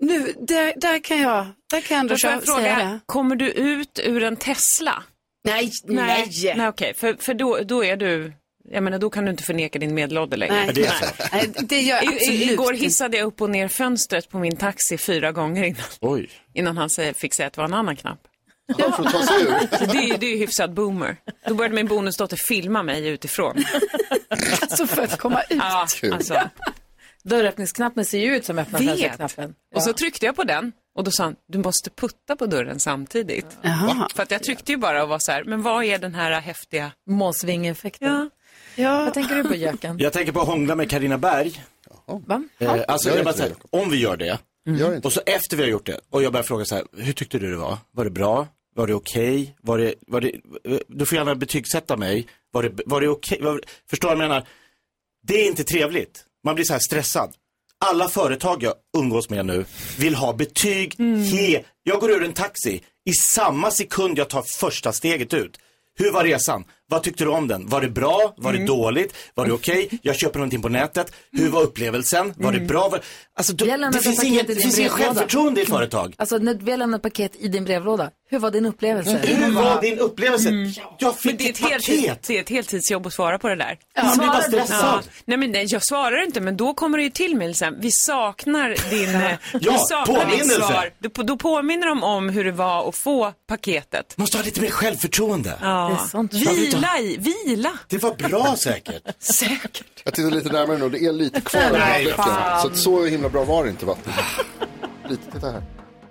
Nu, där, där kan jag, där kan jag ändå Får jag säga fråga, det. kommer du ut ur en Tesla? Nej, nej. Nej, nej okej, för, för då, då är du, jag menar då kan du inte förneka din medelålder längre. Nej, det är nej. nej, det gör jag I, absolut Igår inte. hissade jag upp och ner fönstret på min taxi fyra gånger innan, Oj. innan han säger, fick säga att det var en annan knapp. Ja, för att ta sig ur. Så det, är- det är ju hyfsad boomer. Då började min bonusdotter filma mig utifrån. Alltså för att komma ut. Ja, alltså. Dörröppningsknappen ser ju ut som öppna Vet. fönsterknappen. Och så tryckte jag på den och då sa han, du måste putta på dörren samtidigt. Jaha. För att jag tryckte ju bara och var så här, men vad är den här häftiga... Måsvingeffekten. Ja. Ja. Vad tänker du på, Jöken? Jag tänker på att hångla med Carina Berg. Va? Eh, alltså, Gör jag bara inte säger, om vi gör det, Gör inte. och så efter vi har gjort det, och jag börjar fråga så här, hur tyckte du det var? Var det bra? Var det okej? Var det, var det, du får gärna betygsätta mig. Var det, var det okej? Var, förstår du vad jag menar? Det är inte trevligt. Man blir så här stressad. Alla företag jag umgås med nu vill ha betyg. He. Jag går ur en taxi. I samma sekund jag tar första steget ut. Hur var resan? Vad tyckte du om den? Var det bra? Var det dåligt? Var det okej? Jag köper någonting på nätet. Hur var upplevelsen? Var det bra? Var... Alltså, då, Vi har lämnat det ett finns paket inget, i det din finns inget brevlåda. självförtroende i företag. Alltså när vi har lämnat ett paket i din brevlåda, hur var din upplevelse? Hur var din upplevelse? Jag fick Men det är, ett ett helt, paket. det är ett heltidsjobb att svara på det där. Man blir bara Svarar du? stressad. Nej men nej, jag svarar inte, men då kommer det ju till mig sen. Vi saknar din, eh, vi Ja, saknar ditt påminnelse. svar. Då, då påminner de om hur det var att få paketet. Måste ha lite mer självförtroende. Ja. Det är sånt. Vila i, vila. Det var bra säkert. Säkert. Jag tittar lite närmare nu, det är lite kvar i Nej, halvleken. fan. Så att så himla bra var det inte vattnet. Lite, titta här.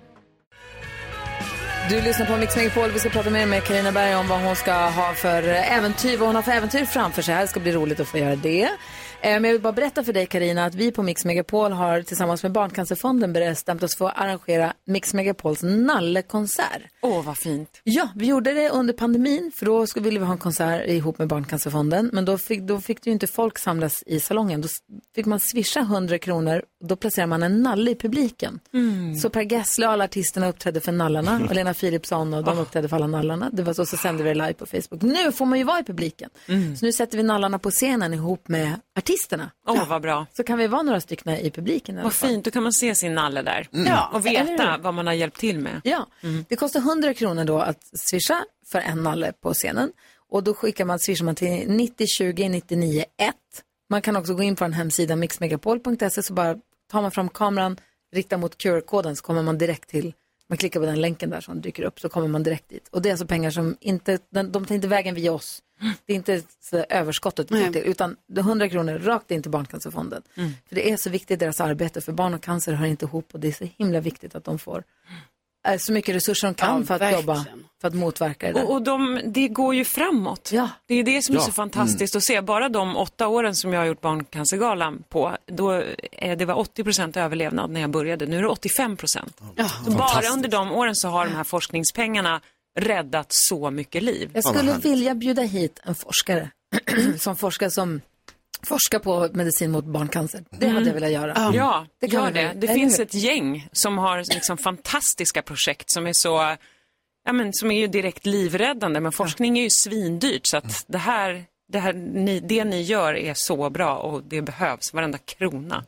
Du lyssnar på Mix Megapol. Vi ska prata mer med Carina Berg om vad hon ska ha för äventyr, vad hon har för äventyr framför sig. Det ska bli roligt att få göra det. Men jag vill bara berätta för dig, Carina, att vi på Mix Megapol har tillsammans med Barncancerfonden bestämt oss för att arrangera Mix Megapols nallekonsert. Åh, oh, vad fint. Ja, vi gjorde det under pandemin, för då skulle, ville vi ha en konsert ihop med Barncancerfonden. Men då fick, då fick det ju inte folk samlas i salongen. Då fick man swisha hundra kronor och då placerar man en nalle i publiken. Mm. Så Per Gessle och alla artisterna uppträdde för nallarna. Och Lena Philipsson och de uppträdde för alla nallarna. Det var så, så sände vi det live på Facebook. Nu får man ju vara i publiken. Mm. Så nu sätter vi nallarna på scenen ihop med artisterna. Åh, oh, vad bra. Så kan vi vara några stycken i publiken. I vad fint, då kan man se sin nalle där. Mm. Ja, och veta vad man har hjälpt till med. Ja, mm. Det kostar hundra kronor då att swisha för en nalle på scenen. Och då skickar man, swishar man till nittio tjugo nittionio ett. Man kan också gå in på en hemsida mixmegapol punkt se, så bara tar man fram kameran, riktar mot Q R-koden, så kommer man direkt till, man klickar på den länken där som dyker upp, så kommer man direkt dit. Och det är alltså pengar som inte, de tar inte vägen via oss. Det är inte så överskottet vi får till, utan hundra kronor rakt in till Barncancerfonden. Mm. För det är så viktigt deras arbete, för barn och cancer hör inte ihop, och det är så himla viktigt att de får äh, så mycket resurser de kan ja, för att verkligen. jobba, för att motverka det där. Och, och de, det går ju framåt. Ja. Det är det som är ja. så fantastiskt mm. att se. Bara de åtta åren som jag har gjort Barncancergalan på, då är det var åttio procent överlevnad när jag började. Nu är det åttiofem procent. Ja. Så bara under de åren så har de här forskningspengarna räddat så mycket liv. Jag skulle vilja bjuda hit en forskare som forskar som forskar på medicin mot barncancer. Det hade jag velat göra. Mm. Ja, det kan gör det. Det finns ett gäng som har liksom fantastiska projekt som är så, ja men som är ju direkt livräddande, men forskning är ju svindyrt, så att det här, det här ni, det ni gör är så bra och det behövs varenda krona.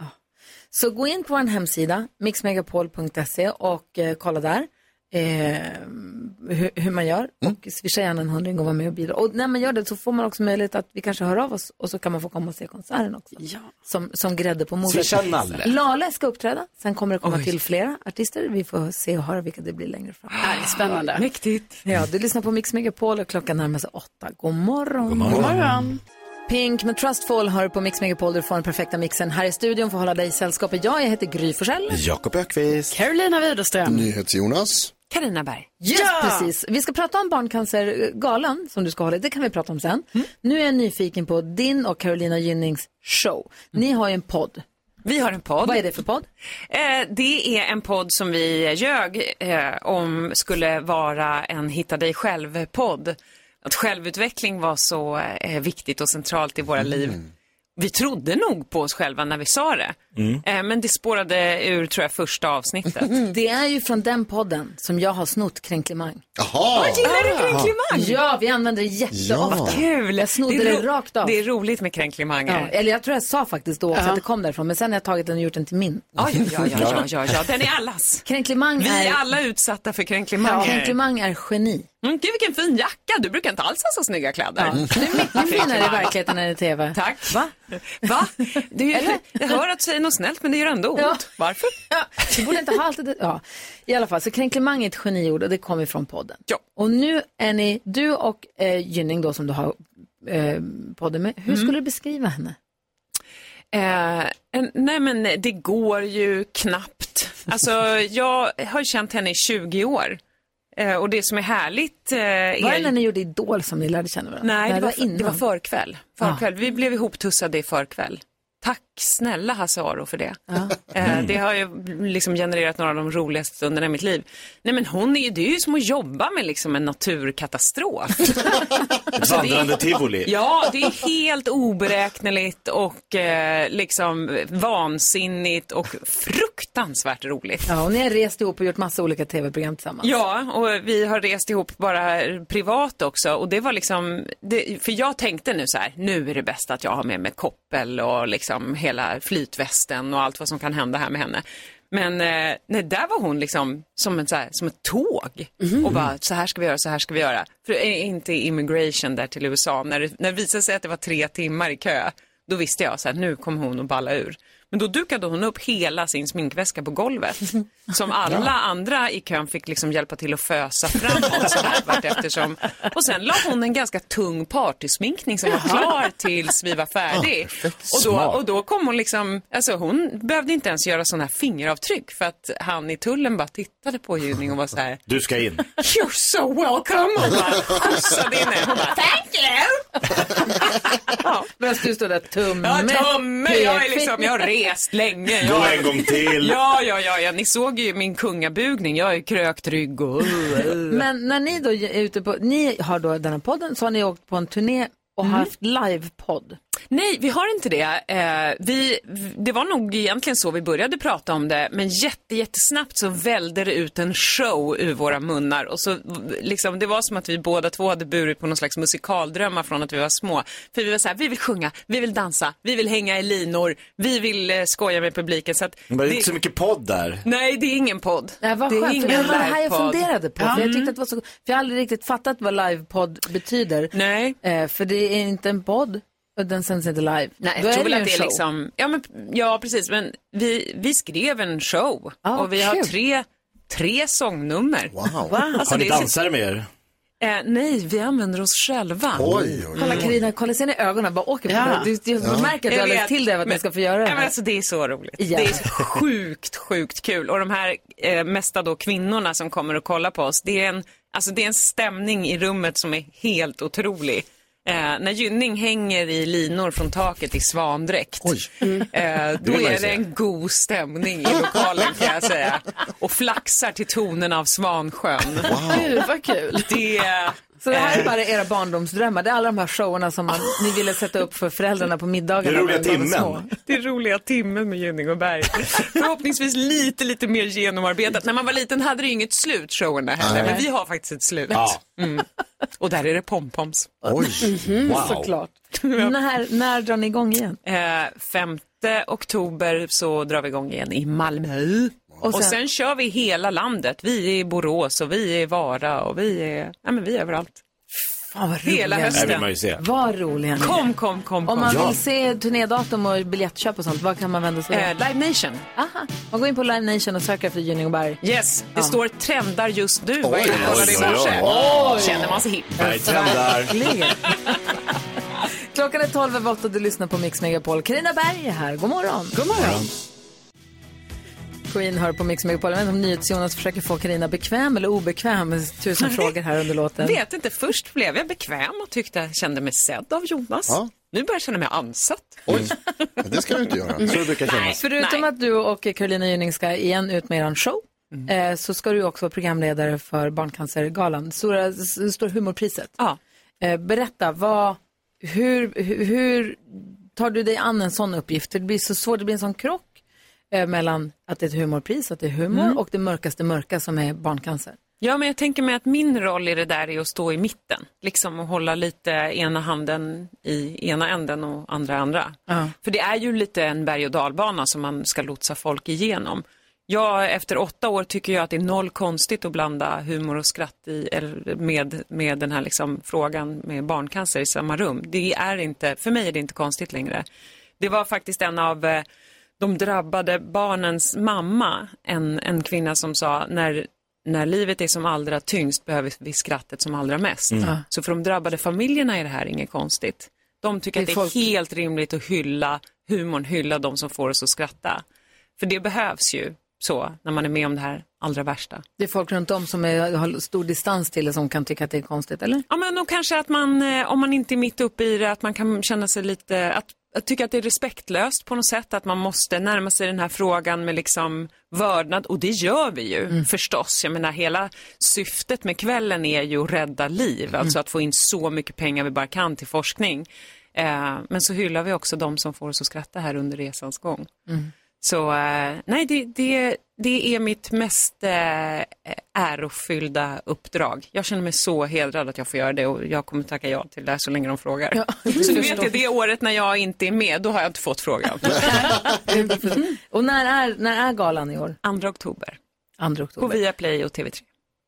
Så gå in på vår hemsida mixmegapol punkt se och eh, kolla där. Eh, hur, hur man gör mm. och swisha gärna en hundring och vara med och bidra. Och när man gör det så får man också möjlighet att vi kanske hör av oss och så kan man få komma och se konserten också. Ja. Som, som grädde på modet. Swisha Nalle. Lale ska uppträda, sen kommer det komma Oj. till flera artister. Vi får se och höra vilka det blir längre fram. Ja, det är spännande. Mäktigt. Ja, du lyssnar på Mix Megapol och klockan närmar sig åtta. God morgon. God morgon. God morgon. Pink med Trustfall hör på Mix Megapol. Du får den perfekta mixen här i studion för att hålla dig i sällskapet. Jag, jag heter Gry Forssell. Jakob Ökvist. Carolina Widerström. NyhetsJonas. Carina Berg. Yes, ja, precis. Vi ska prata om Barncancergalan som du ska hålla. Det kan vi prata om sen. Mm. Nu är jag nyfiken på din och Carolina Gynnings show. Ni har ju en podd. Vi har en podd. Vad är det för podd? Eh, det är en podd som vi ljög eh, om skulle vara en hitta dig själv-podd. Att självutveckling var så eh, viktigt och centralt i våra mm. liv. vi trodde nog på oss själva när vi sa det. Mm. Eh, men det spårade ur, tror jag, första avsnittet. Mm, det är ju från den podden som jag har snott kränklimang. Jaha! Vad gillar du kränklimang? Ja, vi använder det jätteofta. Ja. Kul! Jag snodde det, det ro- rakt av. Det är roligt med kränklimanger. Ja, eller jag tror jag sa faktiskt då också ja. att det kom därifrån. Men sen har jag tagit den och gjort den till min. Ja, ja, ja, ja, ja, ja, ja. Den är allas. Kränklimang vi är är alla utsatta för kränklimanger. Ja, kränklimang är geni. Mm, gud, vilken fin jacka. Du brukar inte alls ha så snygga kläder. Ja. Det är mycket finare i verkligheten än i tv. Tack. Va? Va? Det är ju, jag hör att du säger något snällt, men det gör ändå ont. Ja. Varför? Ja. Du borde inte ha alltid det. Ja. I alla fall, så kränklimang är ett geniord och det kommer från podden. Ja. Och nu är ni, du och eh, Gynning då som du har eh, podden med. Hur mm. skulle du beskriva henne? Eh, nej men det går ju knappt. Alltså jag har känt henne i tjugo år. Eh, och det som är härligt... Eh, var det när ni gjorde Idol som ni lärde känna varandra? Nej, nej det, var, det, var det var förkväll. förkväll. Ah. Vi blev ihoptussade i förkväll. Tack snälla Hasse Aro för det. Ah. Eh, det har ju liksom genererat några av de roligaste stunderna i mitt liv. Nej men hon är ju, det är ju som att jobba med liksom en naturkatastrof. Ett vandrande tivoli. Ja, det är helt oberäkneligt och eh, liksom vansinnigt och fruktansvärt roligt. Ja, och ni har rest ihop och gjort massa olika tv-program tillsammans. Ja, och vi har rest ihop bara privat också. Och det var liksom, det, för jag tänkte nu så här, nu är det bäst att jag har med mig koppel och liksom hela flytvästen och allt vad som kan hända här med henne. Men eh, nej, där var hon liksom som, en, så här, som ett tåg. Mm. Och bara, så här ska vi göra, så här ska vi göra. För det är inte immigration där till U S A. När det, när det visade sig att det var tre timmar i kö, då visste jag så här, nu kommer hon att balla ur. Men då dukade hon upp hela sin sminkväska på golvet. Som alla ja. andra i kön fick liksom hjälpa till att fösa framåt så här vart eftersom. Och sen la hon en ganska tung partysminkning som var klar tills vi var färdig. Ja, och, då, och då kom hon liksom, alltså hon behövde inte ens göra sådana här fingeravtryck för att han i tullen bara tittade på Gynning och var så här. Du ska in. You're so welcome. Och bara skjutsade in henne. Hon bara, thank you. Ja, men du står där, tumme. Ja, tumme. Jag är liksom, jag har rest länge. Gå en gång till. Ja, ja, ja, ja. Ni såg ju min kungabugning. Jag är krökt rygg och... Men när ni då är ute på... Ni har då den här podden, så har ni åkt på en turné och mm. haft livepodd. Nej, vi har inte det. Eh, vi, det var nog egentligen så vi började prata om det. Men jätte, jättesnabbt så välde det ut en show ur våra munnar. Och så, liksom, det var som att vi båda två hade burit på någon slags musikaldrömmar från att vi var små. För vi var så här, vi vill sjunga, vi vill dansa, vi vill hänga i linor, vi vill eh, skoja med publiken. Så att men det är inte så mycket podd där. Nej, det är ingen podd. Nej, vad det är skönt, ingen för det var det här jag livepodd. funderade på. Ja. För jag tyckte att det var så... För jag har aldrig riktigt fattat vad livepodd betyder. Nej. Eh, för det är inte en podd. Och den sänds inte live. Nej, jag tror väl att det är show. Liksom... Ja, men, ja, precis. Men vi, vi skrev en show. Ah, och vi kul. har tre, tre sångnummer. Wow. wow. Alltså, har ni dansare med er? Eh, nej, vi använder oss själva. Oj, oj, oj. Kolla Carina, kolla sen i ögonen. Bara åker på ja. det. Du, du ja. märker att du har läst till det att ni ska få göra det här. Ja, men alltså, det är så roligt. Ja. Det är så sjukt, sjukt kul. Och de här eh, mesta då kvinnorna som kommer och kollar på oss. Det är en, alltså, det är en stämning i rummet som är helt otrolig. Eh, när Gynning hänger i linor från taket i svandräkt, mm. eh, då är det en god stämning i lokalen, kan jag säga. Och flaxar till tonen av Svansjön. Wow. Gud, vad kul. Det, så det här är bara era barndomsdrömmar. Det är alla de här showerna som man, ni ville sätta upp för föräldrarna på middagarna. Det är roliga timmen. Det är roliga timmen med Gynning och Berg. Förhoppningsvis lite, lite mer genomarbetat. När man var liten hade det ju inget slut, showerna heller. Men vi har faktiskt ett slut. Ja. Mm. Och där är det pompoms. Oj, mm-hmm, wow. Såklart. när, när drar ni igång igen? Eh, femte oktober så drar vi igång igen i Malmö. Och sen, och sen kör vi hela landet. Vi är i Borås och vi är i Vara och vi är, ja, men vi är överallt. Fan vad hela hösten. Det vill man ju se. Vad roliga ni är. Kom, kom, kom. Om man kom. vill se turnédatum och biljettköp och sånt, vad kan man vända sig eh, Live Nation. Aha. Man går in på Live Nation och söker efter Gynning och Berg. Yes, det ja. står trendar just du. Oj, Vad är det? oj, Oj, oj, oj. oj. Känner man sig hipp. Nej, trendar. Klockan är tolv över åtta och du lyssnar på Mix Megapol. Carina Berg är här. God morgon. God morgon. Queen hör på Mix Megapol. Jag vet inte om NyhetsJonas försöker få Carina bekväm eller obekväm med tusen frågor här under låten. Vet inte, först blev jag bekväm och tyckte kände mig sedd av Jonas. Ja. Nu börjar jag känna mig ansatt. Oj, det ska du inte göra. Så du brukar känna. Nej, förutom Nej. att du och Carolina Gynning ska igen ut med er show, mm. eh, så ska du också vara programledare för Barncancergalan. Stora, stora humorpriset. Ja. Eh, berätta, vad, hur, hur, hur tar du dig an en sån uppgift? För det blir så svårt, det blir en sån krock eh, mellan att det är ett humorpris, att det är humor mm. och det mörkaste mörka som är barncancer. Ja, men jag tänker mig att min roll i det där är att stå i mitten. Liksom att hålla lite ena handen i ena änden och andra andra. Uh. För det är ju lite en berg- och dalbana som man ska lotsa folk igenom. Jag, efter åtta år tycker jag att det är noll konstigt att blanda humor och skratt i, eller med, med den här liksom frågan med barncancer i samma rum. Det är inte, för mig är det inte konstigt längre. Det var faktiskt en av eh, de drabbade barnens mamma, en, en kvinna som sa när, när livet är som allra tyngst behöver vi skrattet som allra mest. Mm. Så för de drabbade familjerna är det här inget konstigt. De tycker det att det är folk... helt rimligt att hylla humorn, hylla de som får oss att skratta. För det behövs ju. Så, när man är med om det här allra värsta. Det är folk runt om som är, har stor distans till det som kan tycka att det är konstigt, eller? Ja, men och kanske att man, om man inte är mitt uppe i det, att man kan känna sig lite, att, att tycka att det är respektlöst på något sätt, att man måste närma sig den här frågan med liksom vördnad, och det gör vi ju mm. förstås. Jag menar, hela syftet med kvällen är ju att rädda liv, mm. alltså att få in så mycket pengar vi bara kan till forskning. Eh, men så hyllar vi också de som får oss att skratta här under resans gång. Mm. Så eh, nej, det, det, det är mitt mest eh, ärofyllda uppdrag. Jag känner mig så hedrad att jag får göra det, och jag kommer tacka ja till det så länge de frågar. Ja. Så du vet jag, det året när jag inte är med, då har jag inte fått frågan. Och när är, när är galan i år? andra oktober. andra oktober. På Viaplay och T V tre.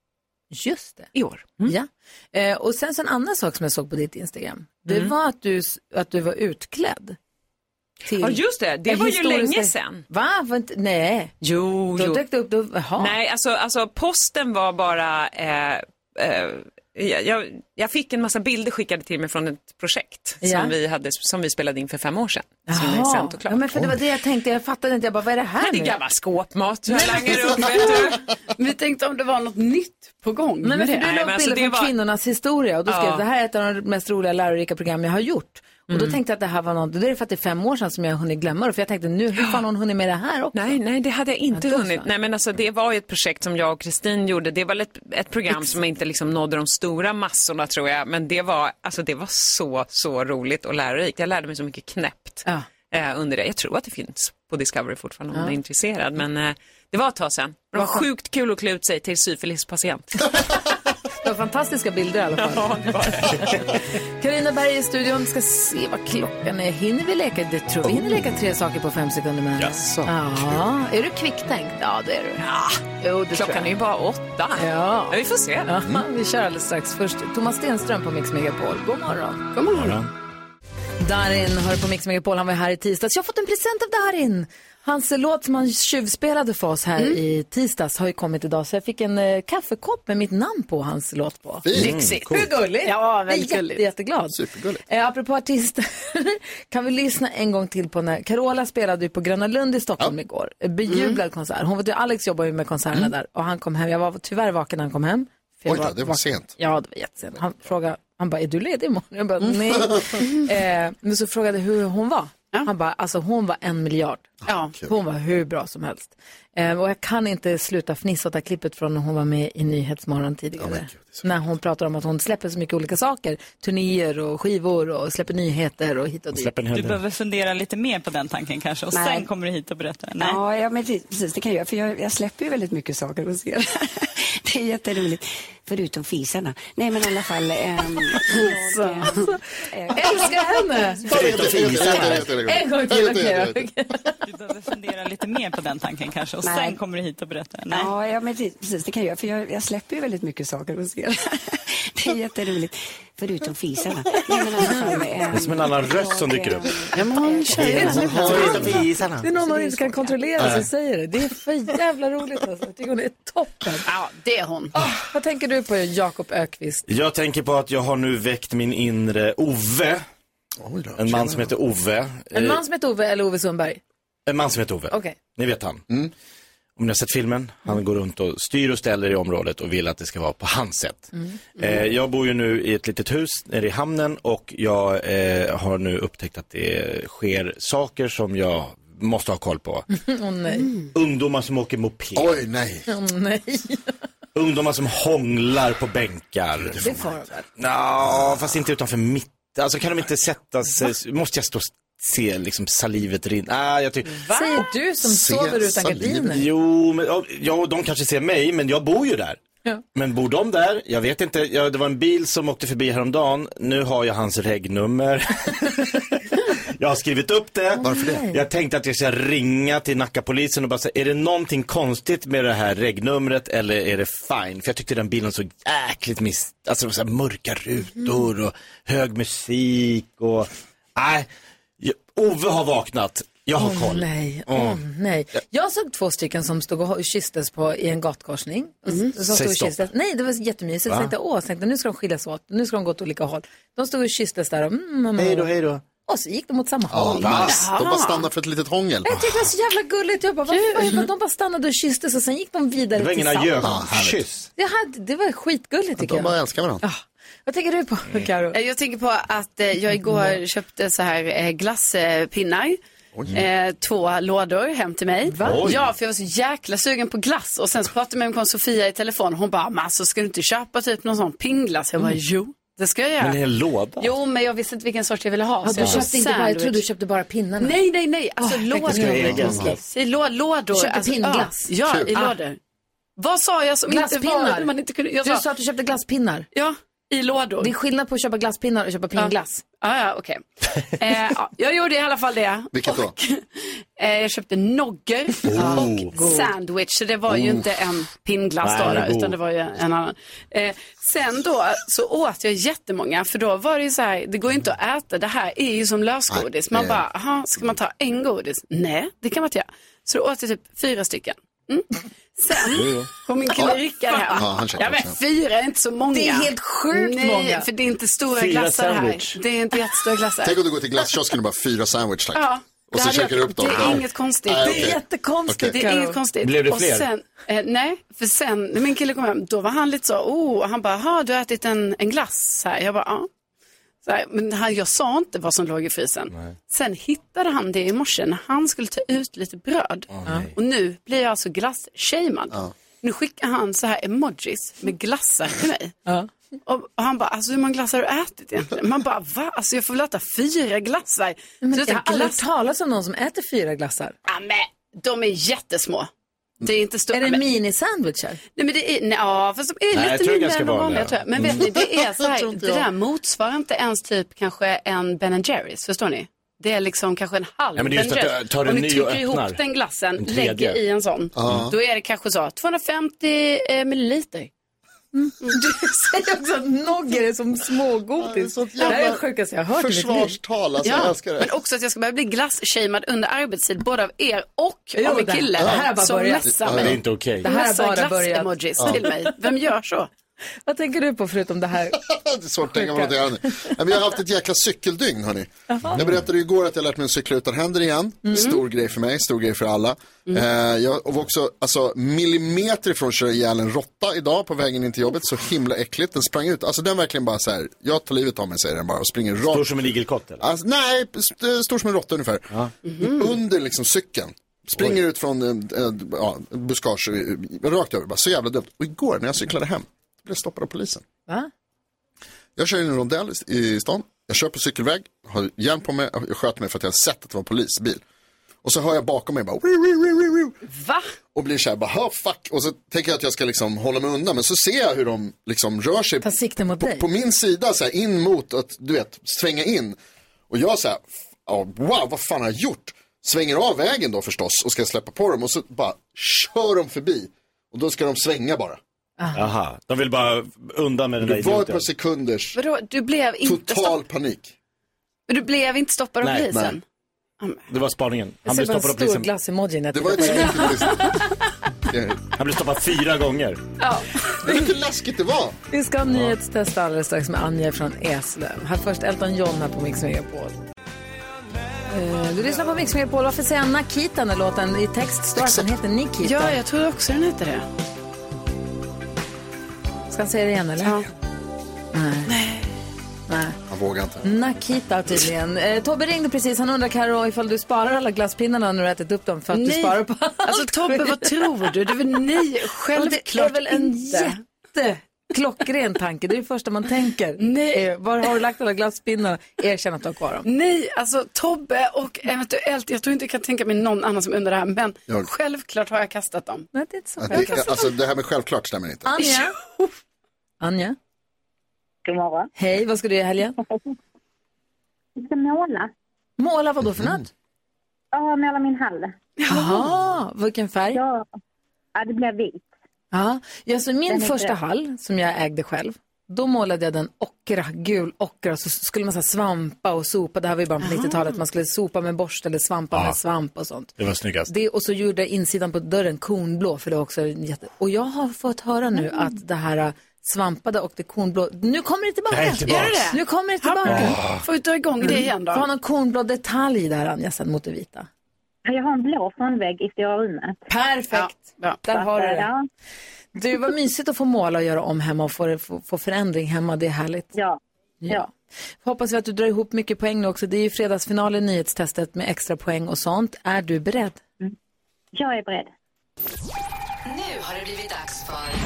Just det. I år. Mm. Ja. Eh, och sen så en annan sak som jag såg på ditt Instagram. Det mm. var att du, att du var utklädd. Ja, just det. Det var ju länge sedan. Va? Var inte... Nej. Jo, då jo. Dök det upp, då... Nej, alltså, alltså posten var bara... Eh, eh, jag, jag fick en massa bilder skickade till mig från ett projekt ja. som, vi hade, som vi spelade in för fem år sedan. Som är sent och klart. Ja, men för det var det jag tänkte. Jag fattade inte. Jag bara, vad är det här nu? Det är gammal skåpmat. Jag langar upp, vet du. Vi tänkte om det var något nytt på gång. Nej, men för du la upp bilder från var... kvinnornas historia. Och då skrev ja. det här är ett av de mest roliga lärorika program jag har gjort. Och då mm. tänkte jag att det här var något, det är för att det är fem år sedan som jag har hunnit glömma det. För jag tänkte, nu, hur fan har hon hunnit med det här också? Nej, nej, det hade jag inte ja, hunnit. Nej, men alltså det var ju ett projekt som jag och Kristin gjorde. Det var ett, ett program Ex- som inte liksom nådde de stora massorna, tror jag. Men det var, alltså det var så, så roligt och lärorikt. Jag lärde mig så mycket knäppt ja. eh, under det. Jag tror att det finns på Discovery fortfarande om ja. man är intresserad. Men eh, det var ett tag sedan. Det var sjukt kul att klä ut sig till syfilispatient. Det var fantastiska bilder i alla fall. Ja, det var det. Carina Berg i studion, ska se vad klockan är. Hinner vi leka? Det tror vi hinner leka tre saker på fem sekunder med. Jaså. Ja, är du kvicktänkt? Ja, det är du. Ja, jo, det klockan är ju bara åtta. Ja. ja, vi får se. Ja, mm. Vi kör alldeles strax. Först Thomas Stenström på Mix Megapol. God morgon. God morgon. God morgon. Darin hör på Mix Megapol, han var här i tisdags. Jag har fått en present av Darin. Hans låt som han tjuvspelade för oss här mm. i tisdags har ju kommit idag. Så jag fick en uh, kaffekopp med mitt namn på hans låt på. Lyxigt. Mm, hur gulligt? Ja, väldigt jätte, gulligt. Jätteglad. Supergulligt. Eh, apropå artister kan vi lyssna en gång till på när Carola spelade ju på Gröna Lund i Stockholm ja. igår. Bejublad mm. konsert. Hon var, Alex jobbar ju med konserterna mm. där och han kom hem. Jag var tyvärr vaken när han kom hem. Oj då, det var sent. Ja, det var jättesent. Han frågade, han bara, är du ledig imorgon? Jag bara, nej. eh, men så frågade jag hur hon var. Ja. Han bara, alltså hon var en miljard. Ja. Hon var hur bra som helst. Eh, och jag kan inte sluta fnissa åt det här klippet från när hon var med i Nyhetsmorgon tidigare. Ja, Gud, när hon pratar om att hon släpper så mycket olika saker. Turnéer och skivor och släpper nyheter och hit och dit. Du behöver fundera lite mer på den tanken kanske. Och Nej. sen kommer du hit och berättar. Nej. Ja, ja, men precis, det kan jag göra. För jag, jag släpper ju väldigt mycket saker och ser. Det är jätteroligt. Förutom fisarna. Nej, men i alla fall... Ähm, jag äh, älskar henne! Förutom fisarna. En gång till, okej. Du behöver fundera lite mer på den tanken kanske. Och Nej. sen kommer du hit och berättar. Nej. Ja, ja, men precis, det kan jag göra. För jag, jag släpper ju väldigt mycket saker och ser. Det är jätteroligt. Förutom fisarna. Nej, men i alla fall, det är som en annan röst som dyker upp. Ja, men hon känner det är någon man inte kan kontrollera som säger det. Det är för jävla roligt alltså. Jag tycker hon är toppen. Ja, det är hon. Oh, vad tänker du på, Jakob Ökvist? Jag tänker på att jag har nu väckt min inre Ove. Oj då, en man som heter Ove. En man som heter Ove eller Ove Sundberg? En man som heter Ove. Okay. Ni vet han. Mm. Om ni har sett filmen, han mm. går runt och styr och ställer i området och vill att det ska vara på hans sätt. Mm. Mm. Eh, jag bor ju nu i ett litet hus nere i hamnen och jag eh, har nu upptäckt att det sker saker som jag måste ha koll på. Åh oh, nej. Mm. Ungdomar som åker moped. Oj nej. Åh oh, nej. Ungdomar som hånglar på bänkar. Det får de väl? Ja, fast inte utanför mitt. Alltså kan de inte sätta sig, måste jag stå se liksom salivet rinna. Ah, jag ty- Säger du som Se sover utan salivet. gardiner? Jo, men, ja, de kanske ser mig, men jag bor ju där. Ja. Men bor de där? Jag vet inte. Ja, det var en bil som åkte förbi häromdagen. Nu har jag hans regnummer. Jag har skrivit upp det. Varför det? Jag tänkte att jag ska ringa till Nackapolisen och bara säga, är det någonting konstigt med det här regnumret eller är det fine? För jag tyckte den bilen så jäkligt miss... Alltså så här mörka rutor och hög musik och... Nej, Ove har vaknat. Jag har Åh, koll. nej, åh Mm. oh, nej. Jag såg två stycken som stod och kysstes på, i en gatkorsning. Mm. Som stod och kysstes. Nej, det var jättemysigt. Jag tänkte, åh, jag tänkte, nu ska de skiljas åt. Nu ska de gå åt olika håll. De stod och kysstes där och... Mm, hej då, hej då. Och så gick de åt samma Ja, håll. nice. De bara stannade för ett litet hångel. Jag tyckte det var så jävla gulligt. Jag bara, vad fan? De bara stannade och kysstes och sen gick de vidare Det var ingen tillsammans. adjö-kyss. Det, hade, det var skitgulligt tycker De jag. bara älskar varandra. Ah. Vad tänker du på, Karo? Jag tänker på att eh, jag igår köpte så här eh, glasspinnar. Eh, två lådor hem till mig. Va? Ja, för jag var så jäkla sugen på glass. Och sen så pratade jag med min Sofia i telefon. Hon bara, men alltså, ska du inte köpa typ någon sån pingglass? Jag bara, Mm. jo, det ska jag göra. Men en hel låda? Jo, men jag visste inte vilken sort jag ville ha. Ja, så du jag köpte inte bara, jag trodde du köpte bara pinnarna. Nej, nej, nej. Alltså Åh, lådor. jag tänkte I lå- lådor. Du köpte alltså, pinnglass? Ja, ja Kul. i Ah. lådor. Vad sa jag som Glasspinnar. inte var... Man inte kunde, jag Du sa, sa att du köpte glasspinnar. Ja, i lådor. Det är skillnad på att köpa glasspinnar och köpa pinnglass. Ja, ja, okej. eh, ja, jag gjorde i alla fall det. Vilket då? Eh, jag köpte nogger Oh. och sandwich. Så det var ju Oh. inte en pinnglass Nej, då, det är god. utan det var ju en annan. Eh, sen då så åt jag jättemånga. För då var det ju så här, det går ju inte att äta. Det här är ju som lösgodis. Man Nej. bara, aha, ska man ta en godis? Nej, det kan man inte göra. Så då åt jag typ fyra stycken. Mm. Sen kom min kille Rickard hem. Ja, han checkar Ja, men också. fyra är inte så många. Det är helt sjukt Nej, många. för det är inte stora Fyra glassar sandwich. här. Det är inte jättestora glassar. Tänk om du går till glasskiosken och bara fyra sandwich tack. Ja. Och så det hade käkar du jag- upp dem. Det är inget konstigt. Nej, Det okej. är jättekonstigt. Okej. Det är inget konstigt. Blev det och fler? sen, eh, nej, för sen när min kille kom hem, då var han lite så, oh, han bara, har du ätit en, en glass här? Jag bara, ja. Så här, men han, jag sa inte vad som låg i frysen. Nej. Sen hittade han det i morse när han skulle ta ut lite bröd. Och nu blir jag alltså glass-shamed. Ja. Nu skickar han så här emojis med glassar till mig. Ja. Och, och han bara, alltså hur många glassar har du ätit egentligen? Man bara, va? Alltså jag får väl äta fyra glassar. Men Så jag har aldrig hört glass... talas om någon som äter fyra glassar. Ja, men de är jättesmå. Det är inte stora. Är det men... mini-sandwichar? Nej, men det är, nej, ja, fast de är Nej, jag lite tror det är mindre ganska än de vanliga, vanliga. tror jag. Men vet ni, det är så Jag här, tror inte det jag. där motsvarar inte ens typ kanske en Ben and Jerry's, förstår ni? Det är liksom kanske en halv Ja, men det är just Ben att and du tar Jerry's. Om en ni ny och trycker öppnar ihop den glassen, en tredje. lägger i en sån, Ja. då är det kanske så tvåhundrafemtio eh, milliliter. Du säger också att nogger är som smågodis. Ja, det är så Det här är jävla det sjukaste jag har hört i mitt liv. Försvarstal, alltså jag älskar det. Men också att jag ska börja bli glass-shamed under arbetstid, både av er och Jo, av min det- kille. det här har bara som börjat. messar Ja, det är mig. inte okej. Det här har Messar bara börjat. glass-emojis till mig. Vem gör så? Vad tänker du på förutom det här? Det är svårt att tänka på något annat. Men vi har haft ett jäkla cykeldygn, hörni. Jag berättade ju igår att jag lärt mig att cykla utan händer igen. Stor grej för mig, stor grej för alla. Eh, jag var också alltså, millimeter ifrån att köra ihjäl en råtta idag på vägen in till jobbet. Så himla äckligt. Den sprang ut. Alltså den verkligen bara så här, jag tar livet av mig, säger den bara och springer rakt. Stor som en igelkott eller? Alltså, nej, st- stor som en råtta ungefär. Ja. Under liksom cykeln. Springer ut från äh, äh, ja, buskage, äh, rakt över. Bara så jävla dumt. Och igår när jag cyklade hem, blev jag stoppad av polisen. Va? Jag kör in en rondell i, i stan. Jag kör på cykelväg, har hjälm på mig. Jag sköt mig för att jag hade sett att det var en polisbil. Och så hör jag bakom mig bara... Wiu, wiu, wiu, wiu. Va? Och blir så här, bara, "Ha, fuck." Och så tänker jag att jag ska liksom hålla mig undan. Men så ser jag hur de liksom rör sig Ta sikte mot på, dig. på min sida, så här, in mot att, du vet, svänga in. Och jag så här, oh, wow, vad fan har jag gjort? Svänger av vägen då förstås och ska släppa på dem. Och så bara kör de förbi. Och då ska de svänga bara. Jaha, de vill bara undan med den där Det var ett idioten. par sekunders Vadå, du blev inte total stopp... panik. Du blev inte stoppad av Nej, polisen? Det var spaningen. Jag Han ser blev bara en stoppad av stor polisen. glass-emoji när jag Det var tittar ett på det. sekunders... Han blev stoppad fyra gånger. Ja. Det är inte läskigt det var. Vi ska ha nyhetstest alldeles strax med Anja från Eslöv. Här först Elton John här på Mix Megapol. Eh, Du lyssnar på Mix Megapol. Varför säger Nakita när låten i text står att den heter Nikita? Ja, jag tror också den heter det. Ska han säga det igen eller? Ja. Nej. Nej. Han vågar inte. Nakita tydligen. Eh, Tobbe ringde precis. Han undrar Karo ifall du sparar alla glasspinnarna när du ätit upp dem för att du Nej. sparar på allt. Alltså Tobbe, vad tror du? Det är väl nej, Och självklart det är väl en inte. jätte klockren tanke. Det är det första man tänker. Nej. Eh, var har du lagt alla glasspinnar? Erkänn att du har kvar dem. Nej, alltså Tobbe och eventuellt, jag tror inte jag kan tänka mig någon annan som undrar det här, men Ja. självklart har jag kastat dem. Nej, det är inte så. Att det, alltså det här med självklart stämmer inte. Anja? Anja? God morgon. Hej, vad ska du göra i helgen? Jag ska måla. Måla vad då för något? Ja, måla min hall. Jaha, vilken färg? Ja, ja det blev vit. Ja, alltså min Den är första grön. hall som jag ägde själv, då målade jag den ockra, gul ockra, så skulle man så här svampa och sopa, det här var ju bara på nittiotalet, man skulle sopa med borst eller svampa Ja. med svamp och sånt. Det var snyggast. Det, och så gjorde jag insidan på dörren kornblå, för det var också jätte... Och jag har fått höra nu Mm. att det här svampade och det kornblå, nu kommer det tillbaka. Nej, tillbaka. Gör det? Nu kommer det tillbaka. Ja. Får vi dra igång det igen då? Får ha någon kornblå detalj där, Anja, sen mot det vita. Jag har en blå fondvägg i stora rummet. Perfekt. Ja. Där har du det. Ja, Du, var mysigt att få måla och göra om hemma och få, få, få förändring hemma. Det är härligt. ja. ja. Hoppas vi att du drar ihop mycket poäng nu också. Det är ju fredagsfinalen i nyhetstestet med extra poäng och sånt. Är du beredd? Mm. Jag är beredd. Nu har det blivit dags för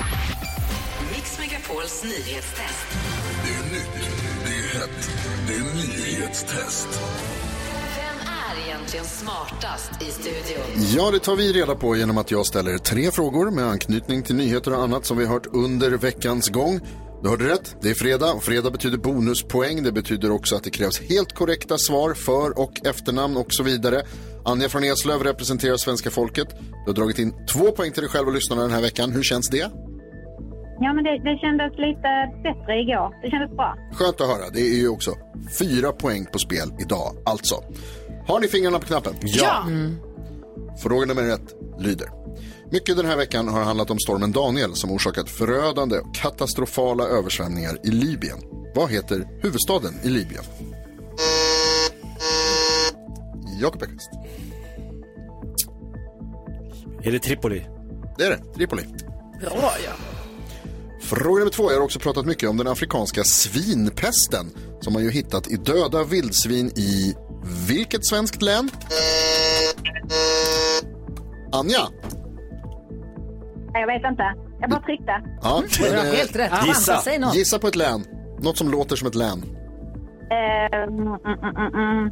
Mix Megapols nyhetstest. Det är nytt, det är hett, det är nyhetstest. Vem är egentligen smartast i studion? Ja, det tar vi reda på genom att jag ställer tre frågor med anknytning till nyheter och annat som vi har hört under veckans gång. Du hörde rätt, det är fredag och fredag betyder bonuspoäng. Det betyder också att det krävs helt korrekta svar, för- och efternamn och så vidare. Anja från Eslöv representerar svenska folket. Du har dragit in två poäng till dig själv och lyssnarna den här veckan. Hur känns det? Ja, men det, det kändes lite bättre igår. Det kändes bra. Skönt att höra. Det är ju också fyra poäng på spel idag, alltså. Har ni fingrarna på knappen? Ja! Mm. Fråga nummer ett lyder. Mycket den här veckan har handlat om stormen Daniel som orsakat förödande och katastrofala översvämningar i Libyen. Vad heter huvudstaden i Libyen? Jakob Ekqvist. Är det Tripoli? Det är det, Tripoli. Bra, ja. Fråga nummer två. Jag har också pratat mycket om den afrikanska svinpesten som man ju hittat i döda vildsvin i vilket svenskt län? Anja? Jag vet inte. Jag bara tryckte. Ja, Du har eh, helt rätt. Gissa. Säg något. Gissa på ett län. Något som låter som ett län. Eh, mm, mm, mm, mm.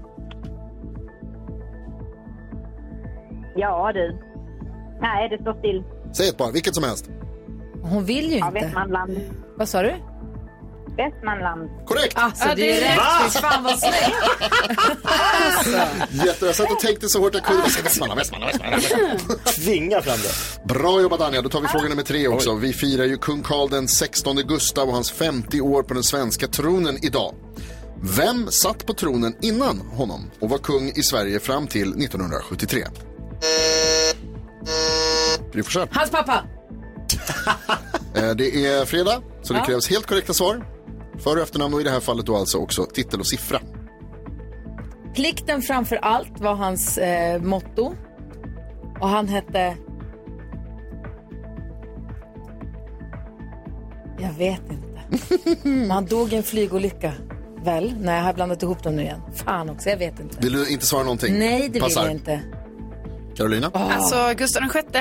Ja, du. Nej, det står still. Säg ett bara, vilket som helst. Hon vill ju Ja, inte. Västmanland. Vad sa du? Västmanland. Korrekt! Alltså, Ja, det det är är rätt. rätt. Fy fan vad snyggt. Jätte, jag satt och tänkte så hårt jag kunde. Västmanland, Västmanland, Västmanland. Tvinga fram det. Bra jobbat Anja, då tar vi fråga nummer tre också. Vi firar ju kung Carl den sextonde Gustav och hans femtio år på den svenska tronen idag. Vem satt på tronen innan honom och var kung i Sverige fram till nittonhundrasjuttiotre? Gry Forssell. Hans pappa. Eh, Det är fredag, så det Ja. krävs helt korrekta svar. För- och efternamn och i det här fallet då alltså också titel och siffra. Plikten framför allt var hans eh, motto. Och han hette... Jag vet inte. Men han dog i en flygolycka. Väl? Nej, jag har blandat ihop dem nu igen. Fan också, jag vet inte. Vill du inte svara någonting? Nej, det Passar. vill jag inte. Carolina? Alltså, Gustav den sjätte.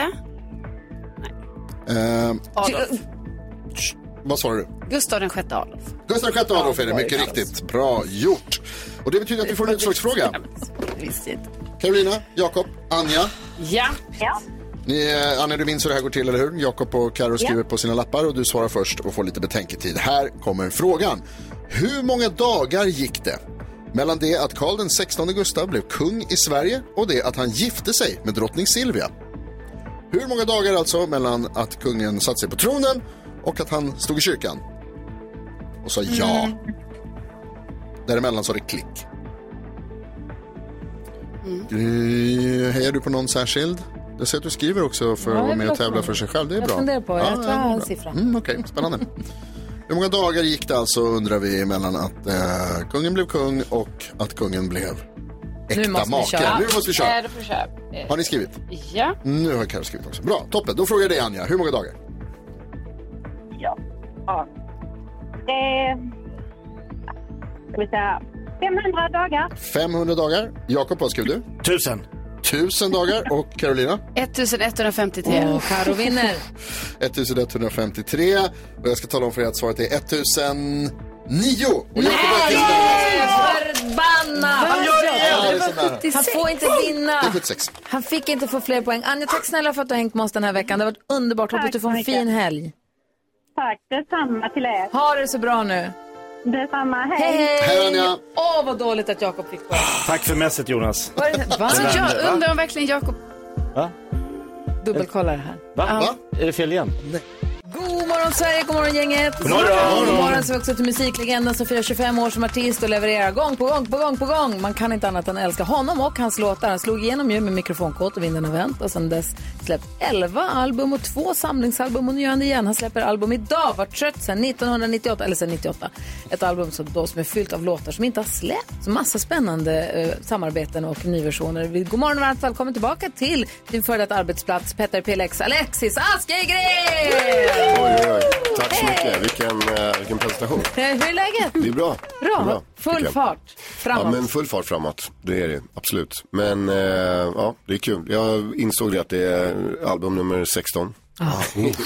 Eh, Adolf. vad svarar du? Gustav den sjätte Adolf. Gustav den sjätte Adolf är det, mycket riktigt. Bra gjort. Och det betyder att vi får en utslagsfråga. Visst inte. Carolina, Jakob, Anja. Ja. Ja. Ni, eh, Anja, du minns hur det här går till, eller hur? Jakob och Karo skriver Ja. på sina lappar och du svarar först och får lite betänketid. Här kommer frågan. Hur många dagar gick det mellan det att Carl den sextonde Gustav blev kung i Sverige och det att han gifte sig med drottning Silvia? Hur många dagar alltså mellan att kungen satt sig på tronen och att han stod i kyrkan? Och sa ja. Mm. Däremellan sa det klick. Mm. Eh, Hejar du på någon särskild? Jag ser att du skriver också för Ja, att vara jag med vill och tävla också. för sig själv. Det är Jag bra. funderar på, jag tror jag har en bra. siffra. Mm, Okej, spännande. Hur många dagar gick det alltså, undrar vi, mellan att eh, kungen blev kung och att kungen blev äkta Nu måste vi make? köra. Nu måste vi köra. Äh, då får vi köra. Eh, Har ni skrivit? Ja. Nu har Karo skrivit också. Bra, toppen. Då frågar jag dig, Anja. Hur många dagar? Ja. Ja. Det... Ska vi säga femhundra dagar. femhundra dagar. Jakob, vad skrev du? Tusen. tusen dagar. Och Carolina? ettusenetthundrafemtiotre. Och Karo vinner. ettusenetthundrafemtiotre. Och jag ska tala om för er att svaret är ettusennio. Och Nej, förbanna! Han gör det igen! Han får inte vinna. Det är sjuttiosex. Han fick inte få fler poäng. Anja, tack snälla för att du har hängt med oss den här veckan. Det har varit underbart. Hoppas du får en fin helg. Tack, detsamma till er. Ha det så bra nu. Detsamma, hej. Hej, hej Anja. Åh, vad dåligt att Jakob fick poäng. Tack för mässet, Jonas. Vad är det? Va? Så jag undrar om verkligen Jakob... Va? Dubbelkollar här. Va? Ja. Va? Är det fel igen? Nej. God morgon Sverige, god morgon gänget. God morgon. God morgon så vi också till musiklegenden som firar tjugofem år som artist och levererar gång på gång på gång på gång. Man kan inte annat än älska honom och hans låtar. Han slog igenom ju med mikrofonkåt och Vinden har vänt och sen dess släppt elva album och två samlingsalbum och nu gör han det igen. Han släpper album idag, var trött sedan nittonhundranittioåtta eller sedan nittioåtta. Ett album som, då, som är fyllt av låtar som inte har släppt. Så massa spännande eh, samarbeten och nyversioner. God morgon och varmt välkommen tillbaka till din före detta arbetsplats Petter P L X Alexis Askegren! Oj, oj, oj. Tack så mycket. Vilken, uh, vilken presentation. Hur är läget? Det är bra. Bra. Det är bra. Full fart framåt. Ja, men full fart framåt. Det är det, absolut. Men uh, ja, det är kul. Jag insåg det att det är album nummer sexton. Ah.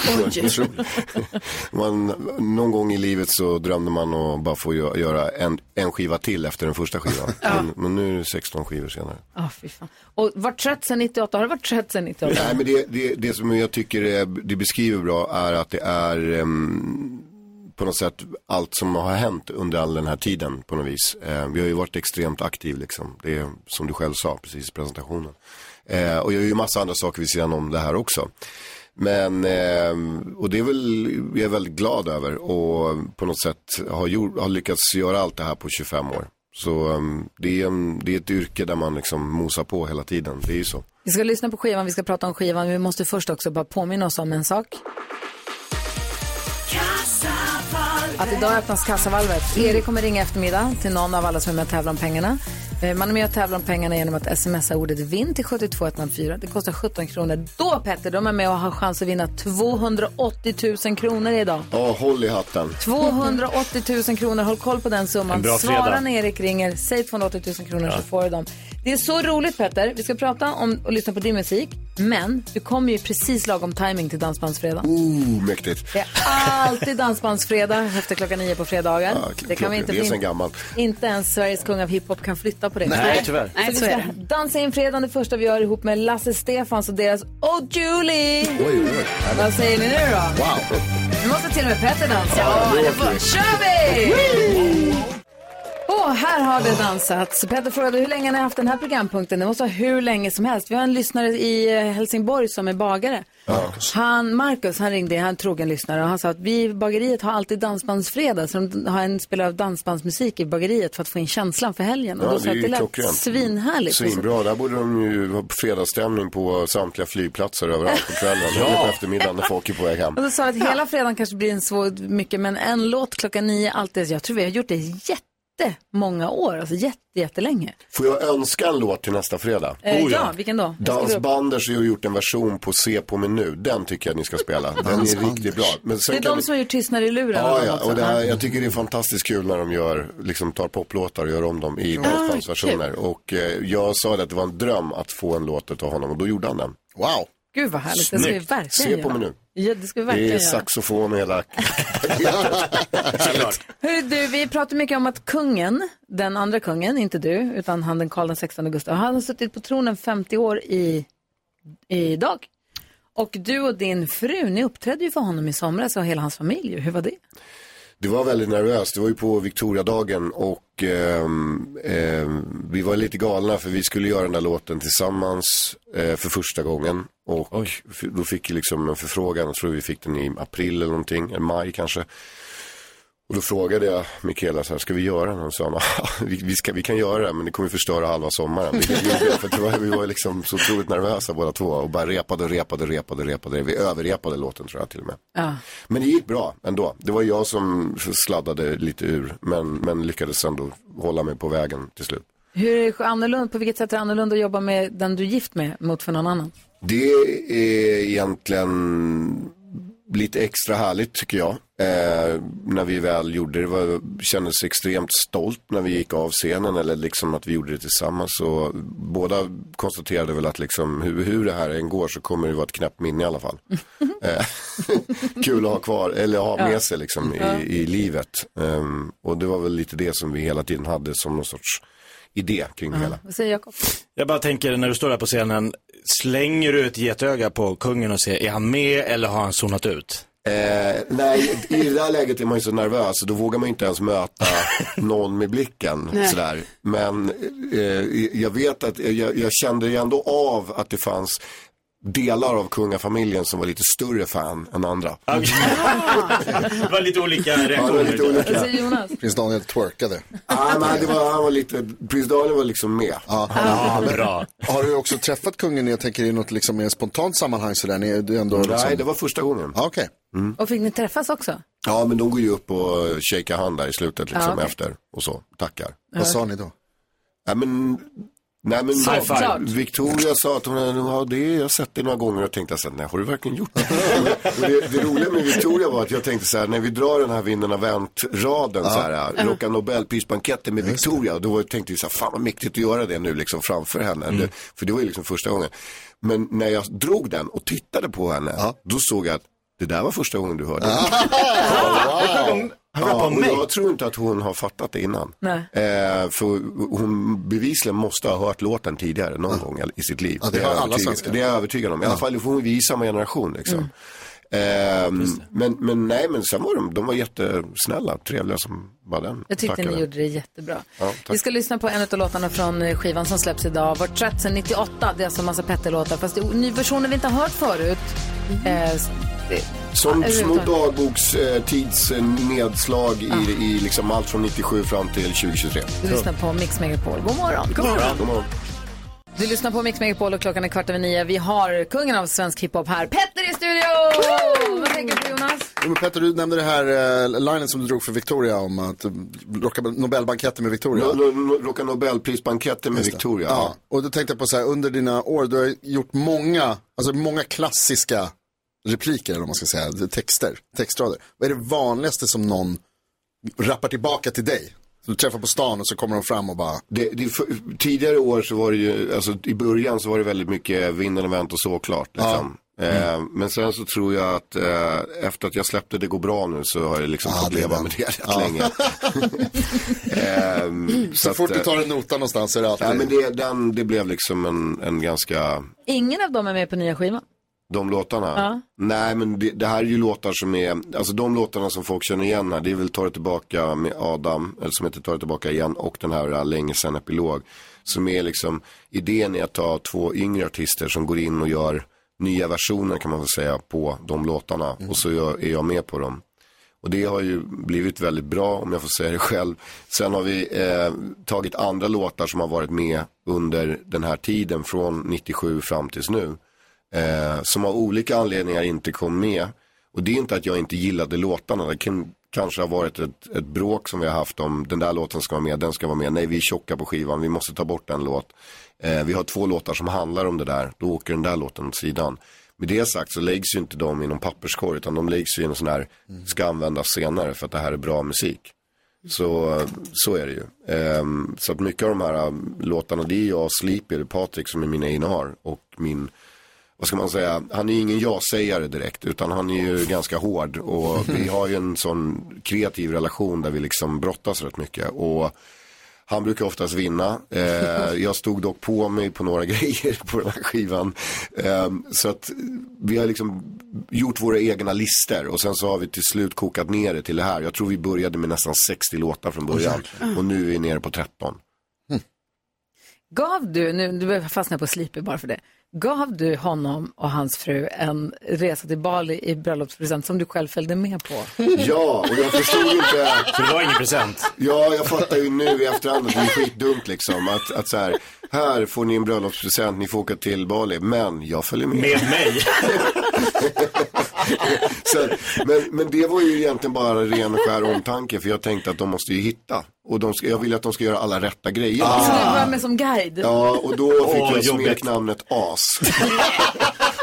man, någon gång i livet så drömde man att bara få göra en, en skiva till efter den första skivan. Ja. men, men nu är det sexton skivor senare. Ah, fy fan. Och var trött sedan nittioåtta? Har du varit trött sedan nittioåtta? Nej, men det, det, det som jag tycker är, det beskriver bra är att det är um, på något sätt allt som har hänt under all den här tiden på något vis. Uh, vi har ju varit extremt aktiv liksom. Det är som du själv sa precis i presentationen. Uh, och jag gör ju massa andra saker vid sidan om det här också. Men, eh, och det är väl, jag är väldigt glad över och på något sätt har, gjort, har lyckats göra allt det här på tjugofem år. Så um, det, är en, det är ett yrke där man liksom mosar på hela tiden, det är ju så. Vi ska lyssna på skivan, vi ska prata om skivan, men vi måste först också bara påminna oss om en sak. Att idag öppnas kassavalvet. Erik kommer ringa eftermiddag till någon av alla som är med och tävlar om pengarna. Man är med och tävlar om pengarna genom att smsa ordet vinn till sju två ett noll fyra. Det kostar sjutton kronor. Då Petter, de är med och har chans att vinna tvåhundraåttio tusen kronor idag. Ja, håll i hatten. tvåhundraåttio tusen kronor, håll koll på den summan. Svara när Erik ringer, säg tvåhundraåttio tusen kronor ja. Så får du dem. Det är så roligt Petter, vi ska prata om och lyssna på din musik. Men du kommer ju precis lagom timing till Dansbandsfredag. Oh, mäktigt. Det är alltid Dansbandsfredag efter klockan nio på fredagar. Ja, det kan vi inte det är sen gammalt. Inte ens Sveriges kung av hiphop kan flytta på det. Nej, tyvärr. Så vi ska dansa in fredagen, det första vi gör ihop med Lasse Stefans och deras Oh Julie. Oj, oj, oj. Vad säger ni nu då? Wow. Nu måste till och med Petter dansa. Ja, ja, det var... Kör vi! Åh, oh, här har det dansats. Petter frågade hur länge har ni haft den här programpunkten? Det måste vara hur länge som helst. Vi har en lyssnare i Helsingborg som är bagare. Ja. Han, Marcus, han ringde, han är en trogen lyssnare och han sa att vi i bageriet har alltid dansbandsfredag. Så de har en spelare av dansbandsmusik i bageriet för att få in känslan för helgen. Och ja, då sa det är att det klockrent. lät svinhärligt. Svinbra, där borde de ju ha fredagsstämning på samtliga flygplatser överallt på kvällen. Ja. Eller på eftermiddagen när folk är på väg hem. Och då sa att hela fredagen kanske blir en svår mycket, men en låt klockan nio alltid. Jag tror vi har gjort det jätte många år, alltså jätte, jättelänge. Får jag önska en låt till nästa fredag? Eh, oh, ja. ja, vilken då? Dansbanders har gjort en version på Se på mig nu. Den tycker jag ni ska spela. Den är riktigt bra. Men sen det är de vi... som har gjort Tystnad i luren. Ja, ja. Och det här, jag tycker det är fantastiskt kul när de gör, liksom tar poplåtar och gör om dem i dansbandsversioner. Ah, och eh, jag sa det att det var en dröm att få en låt av honom och då gjorde han den. Wow! Gud vad härligt, det ska vi verkligen Se på mig nu. Ja, det ska vi verkligen göra. Det är göra. saxofon och hela... Hör du, vi pratar mycket om att kungen, den andra kungen, inte du, utan han den Karl den sextonde Gustav, han har suttit på tronen femtio år i, idag. Och du och din fru, ni uppträdde ju för honom i somras och hela hans familj. Hur var det? Det var väldigt nervöst. Det var ju på Victoriadagen och eh, eh, vi var lite galna för vi skulle göra den där låten tillsammans eh, för första gången. Och Oj. Då fick vi liksom en förfrågan, jag tror vi fick den i april eller någonting, eller maj kanske. Och då frågade jag Mikaela så här, ska vi göra den? Och så sa han, vi, vi, ska, vi kan göra det, men det kommer förstöra halva sommaren. Vi, för det var, vi var liksom så otroligt nervösa båda två och bara repade, repade, repade, repade. Vi överrepade låten tror jag till och med. Ja. Men det gick bra ändå. Det var jag som sladdade lite ur, men, men lyckades ändå hålla mig på vägen till slut. Hur är det annorlunda, på vilket sätt är det annorlunda att jobba med den du är gift med mot för någon annan? Det är egentligen... lite extra härligt tycker jag. Eh, när vi väl gjorde det, var, kändes extremt stolt när vi gick av scenen, eller liksom att vi gjorde det tillsammans. Så båda konstaterade väl att liksom, hur, hur det här än går så kommer det vara ett knäppt minne i alla fall. eh, kul att ha kvar, eller ha med sig liksom i, i livet. Um, och det var väl lite det som vi hela tiden hade som någon sorts idé kring det hela. Vad säger Jakob? Jag bara tänker, när du står där på scenen, slänger du ett getöga på kungen och ser, är han med eller har han zonat ut? Eh, nej, i det där läget är man ju så nervös, så då vågar man inte ens möta någon med blicken. Sådär. Men eh, jag vet att jag, jag kände ju ändå av att det fanns delar av kungafamiljen som var lite större fan än andra. Okay. Det var lite olika reaktioner. Ja, lite olika. Jonas. Prins Daniel twerkade. Ah, nej, det var, han var lite, Prins Daniel var liksom med. Ja, ja, bra. Har du också träffat kungen, jag tänker i något liksom mer spontant sammanhang sådär? Ni är du ändå liksom... Nej, det var första gången. Ah, okej. Okay. Mm. Och fick ni träffas också? Ja, men de går ju upp och shakar hand där i slutet liksom, ah, okay. efter och så, tackar. Ja. Vad sa ni då? Ja, men... Nej, men så, Victoria sa att hon ja, det jag har sett det några gånger och tänkte så här, nej, har du verkligen gjort det? det? Det roliga med Victoria var att jag tänkte så här, när vi drar den här vinden av vänt-raden ja. så här, uh-huh. Rocka Nobelprisbanketten med Victoria, då tänkte jag så här, fan vad mäktigt att göra det nu liksom framför henne, mm. för det var ju liksom första gången. Men när jag drog den och tittade på henne, ja. då såg jag att det där var första gången du hörde. Wow. Ja, och jag tror inte att hon har fattat det innan. Nej. Eh, för hon bevisligen måste ha hört låten tidigare någon ja. gång i sitt liv. Ja, det, det, är alla svenskar. Det är jag övertygad om. I ja. alla fall får hon vi i samma generation liksom. Mm. Eh, men, men nej, men sen var de, de var jättesnälla, trevliga som var den. Jag tyckte Tackade. ni gjorde det jättebra. Ja, vi ska lyssna på en av låtarna från skivan som släpps idag. Vart trött sen nittioåtta. Det är alltså en massa Petter-låtar. Fast det är ny versioner vi inte har hört förut. Mm. Eh, Som ja, små dagbokstidsnedslag i, ja. i liksom allt från nittiosju fram till tjugohundratjugotre. Du lyssnar på Mix Megapol. God morgon. God morgon. God morgon. Du lyssnar på Mix Megapol och klockan är kvart över nio. Vi har kungen av svensk hiphop här, Petter i studion! Vad tänker du på, Jonas? Jo, men Petter, du nämnde det här uh, linen som du drog för Victoria om att uh, rocka Nobelbanketten med Victoria. No, no, rocka Nobelprisbanketten med Victoria. Ja. Och då tänkte jag på så här, under dina år, du har gjort många, alltså många klassiska repliker, eller vad man ska säga, texter, textrader. Vad är det vanligaste som någon rappar tillbaka till dig? Så du träffar på stan och så kommer de fram och bara... Det, det, för, tidigare år så var det ju, alltså i början så var det väldigt mycket vinden och vänt och såklart. Liksom. Ja. Mm. Eh, men sen så tror jag att eh, efter att jag släppte Det går bra nu så har jag liksom ah, fått leva med det rätt ja. länge. eh, så så att, fort du tar en nota någonstans så är det alltid... Ja, men det, den, det blev liksom en, en ganska... Ingen av dem är med på nya skivan? De låtarna? Ja. Nej, men det, det här är ju låtar som är, alltså de låtarna som folk känner igen här, det är väl Ta det tillbaka med Adam, eller som heter Ta det tillbaka igen, och den här Länge sen epilog, som är liksom, idén är att ta två yngre artister som går in och gör nya versioner kan man väl säga på de låtarna, mm. och så är jag med på dem. Och det har ju blivit väldigt bra, om jag får säga det själv. Sen har vi eh, tagit andra låtar som har varit med under den här tiden från nittiosju fram tills nu. Eh, som av olika anledningar inte kom med. Och det är inte att jag inte gillade låtarna. Det kan, kanske har varit ett, ett bråk som vi har haft om den där låten ska vara med, den ska vara med. Nej, vi är tjocka på skivan, vi måste ta bort en låt. Eh, vi har två låtar som handlar om det där. Då åker den där låten åt sidan. Med det sagt så läggs ju inte de i någon papperskorg, utan de läggs ju i en sån här, ska användas senare för att det här är bra musik. Så, så är det ju. Um, så att mycket av de här låtarna, det är jag, Sleepy eller Patrik som är mina egna har. Och min, vad ska man säga, han är ingen ja-sägare direkt, utan han är ju ganska hård. Och vi har ju en sån kreativ relation där vi liksom brottas rätt mycket. Och han brukar oftast vinna. Eh, jag stod dock på mig på några grejer på den här skivan. Eh, så att vi har liksom gjort våra egna lister. Och sen så har vi till slut kokat ner det till det här. Jag tror vi började med nästan sextio låtar från början. Och nu är vi nere på tretton. Mm. Gav du, nu du fastnar på Sleepy bara för det. Gav du honom och hans fru en resa till Bali i bröllopspresent som du själv följde med på? Ja, och jag förstod inte... Så det var ingen present? Ja, jag fattar ju nu i efterhand att det är skitdumt liksom. Att, att så här, här får ni en bröllopspresent, ni får åka till Bali. Men jag följer med. Med mig? Så, men, men det var ju egentligen bara ren och skär omtanke. För jag tänkte att de måste ju hitta. Och de ska, jag vill att de ska göra alla rätta grejer. Ah. Så du var med som guide? Ja, och då fick oh, jag smeknamnet As.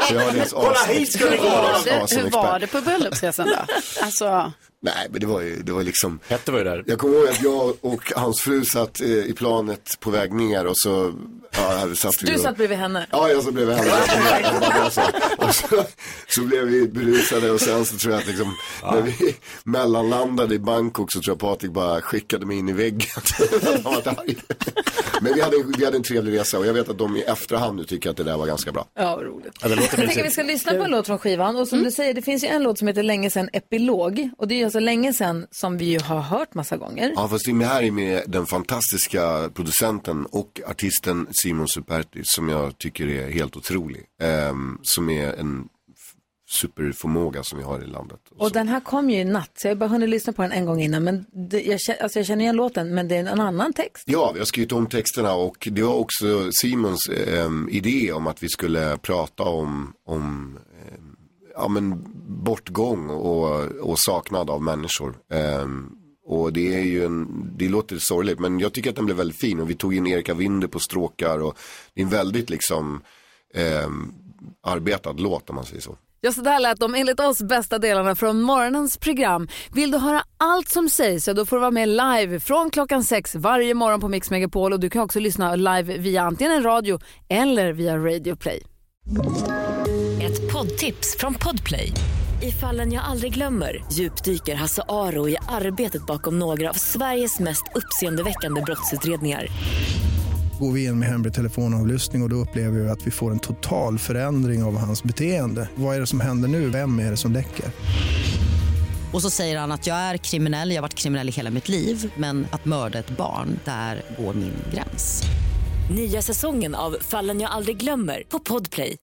Så jag har deras Kolla hit ska ni gå! Hur var det på bröllopsresan då? Alltså... Nej, men det var ju, det var liksom... Hette var ju där. Jag kommer ihåg att jag och hans fru satt eh, i planet på väg ner och så... Ja, hade satt du och, satt bredvid henne? Ja, jag satt bredvid henne. Och så, så blev vi berusade och sen så tror jag att liksom... Ja. När vi mellanlandade i Bangkok så tror jag Patrik bara skickade mig in i väggen. Men vi hade, vi hade en trevlig resa och jag vet att de i efterhand nu tycker att det där var ganska bra. Ja, vad roligt. Ja, det låter jag tänker vi ska lyssna på en låt från skivan och som mm. du säger, det finns ju en låt som heter Länge sedan Epilog och det är ju så länge sedan som vi ju har hört massa gånger. Ja, fast det här är med den fantastiska producenten och artisten Simon Superti som jag tycker är helt otrolig. Um, som är en superförmåga som vi har i landet. Och, och den här kom ju i natt, så jag har bara hunnit lyssna på den en gång innan. Men det, jag, alltså jag känner igen låten, men det är en annan text. Ja, vi har skrivit om texterna och det var också Simons eh, idé om att vi skulle prata om, om eh, ja, men bortgång och, och saknad av människor. Eh, och det är ju en, det låter sorgligt, men jag tycker att den blev väldigt fin och vi tog in Erika Winde på stråkar och det är en väldigt liksom eh, arbetad låt om man säger så. Ja, så där lät de enligt oss bästa delarna från morgonens program. Vill du höra allt som sägs så då får du vara med live från klockan sex varje morgon på Mix Megapol. Och du kan också lyssna live via antingen en radio eller via Radio Play. Ett poddtips från Podplay. I Fallen jag aldrig glömmer djupdyker Hasse Aro i arbetet bakom några av Sveriges mest uppseendeväckande brottsutredningar. Går vi in med hemlig telefonavlyssning och då upplever vi att vi får en total förändring av hans beteende. Vad är det som händer nu? Vem är det som läcker? Och så säger han att jag är kriminell, jag har varit kriminell i hela mitt liv. Men att mörda ett barn, där går min gräns. Nya säsongen av Fallen jag aldrig glömmer på Podplay.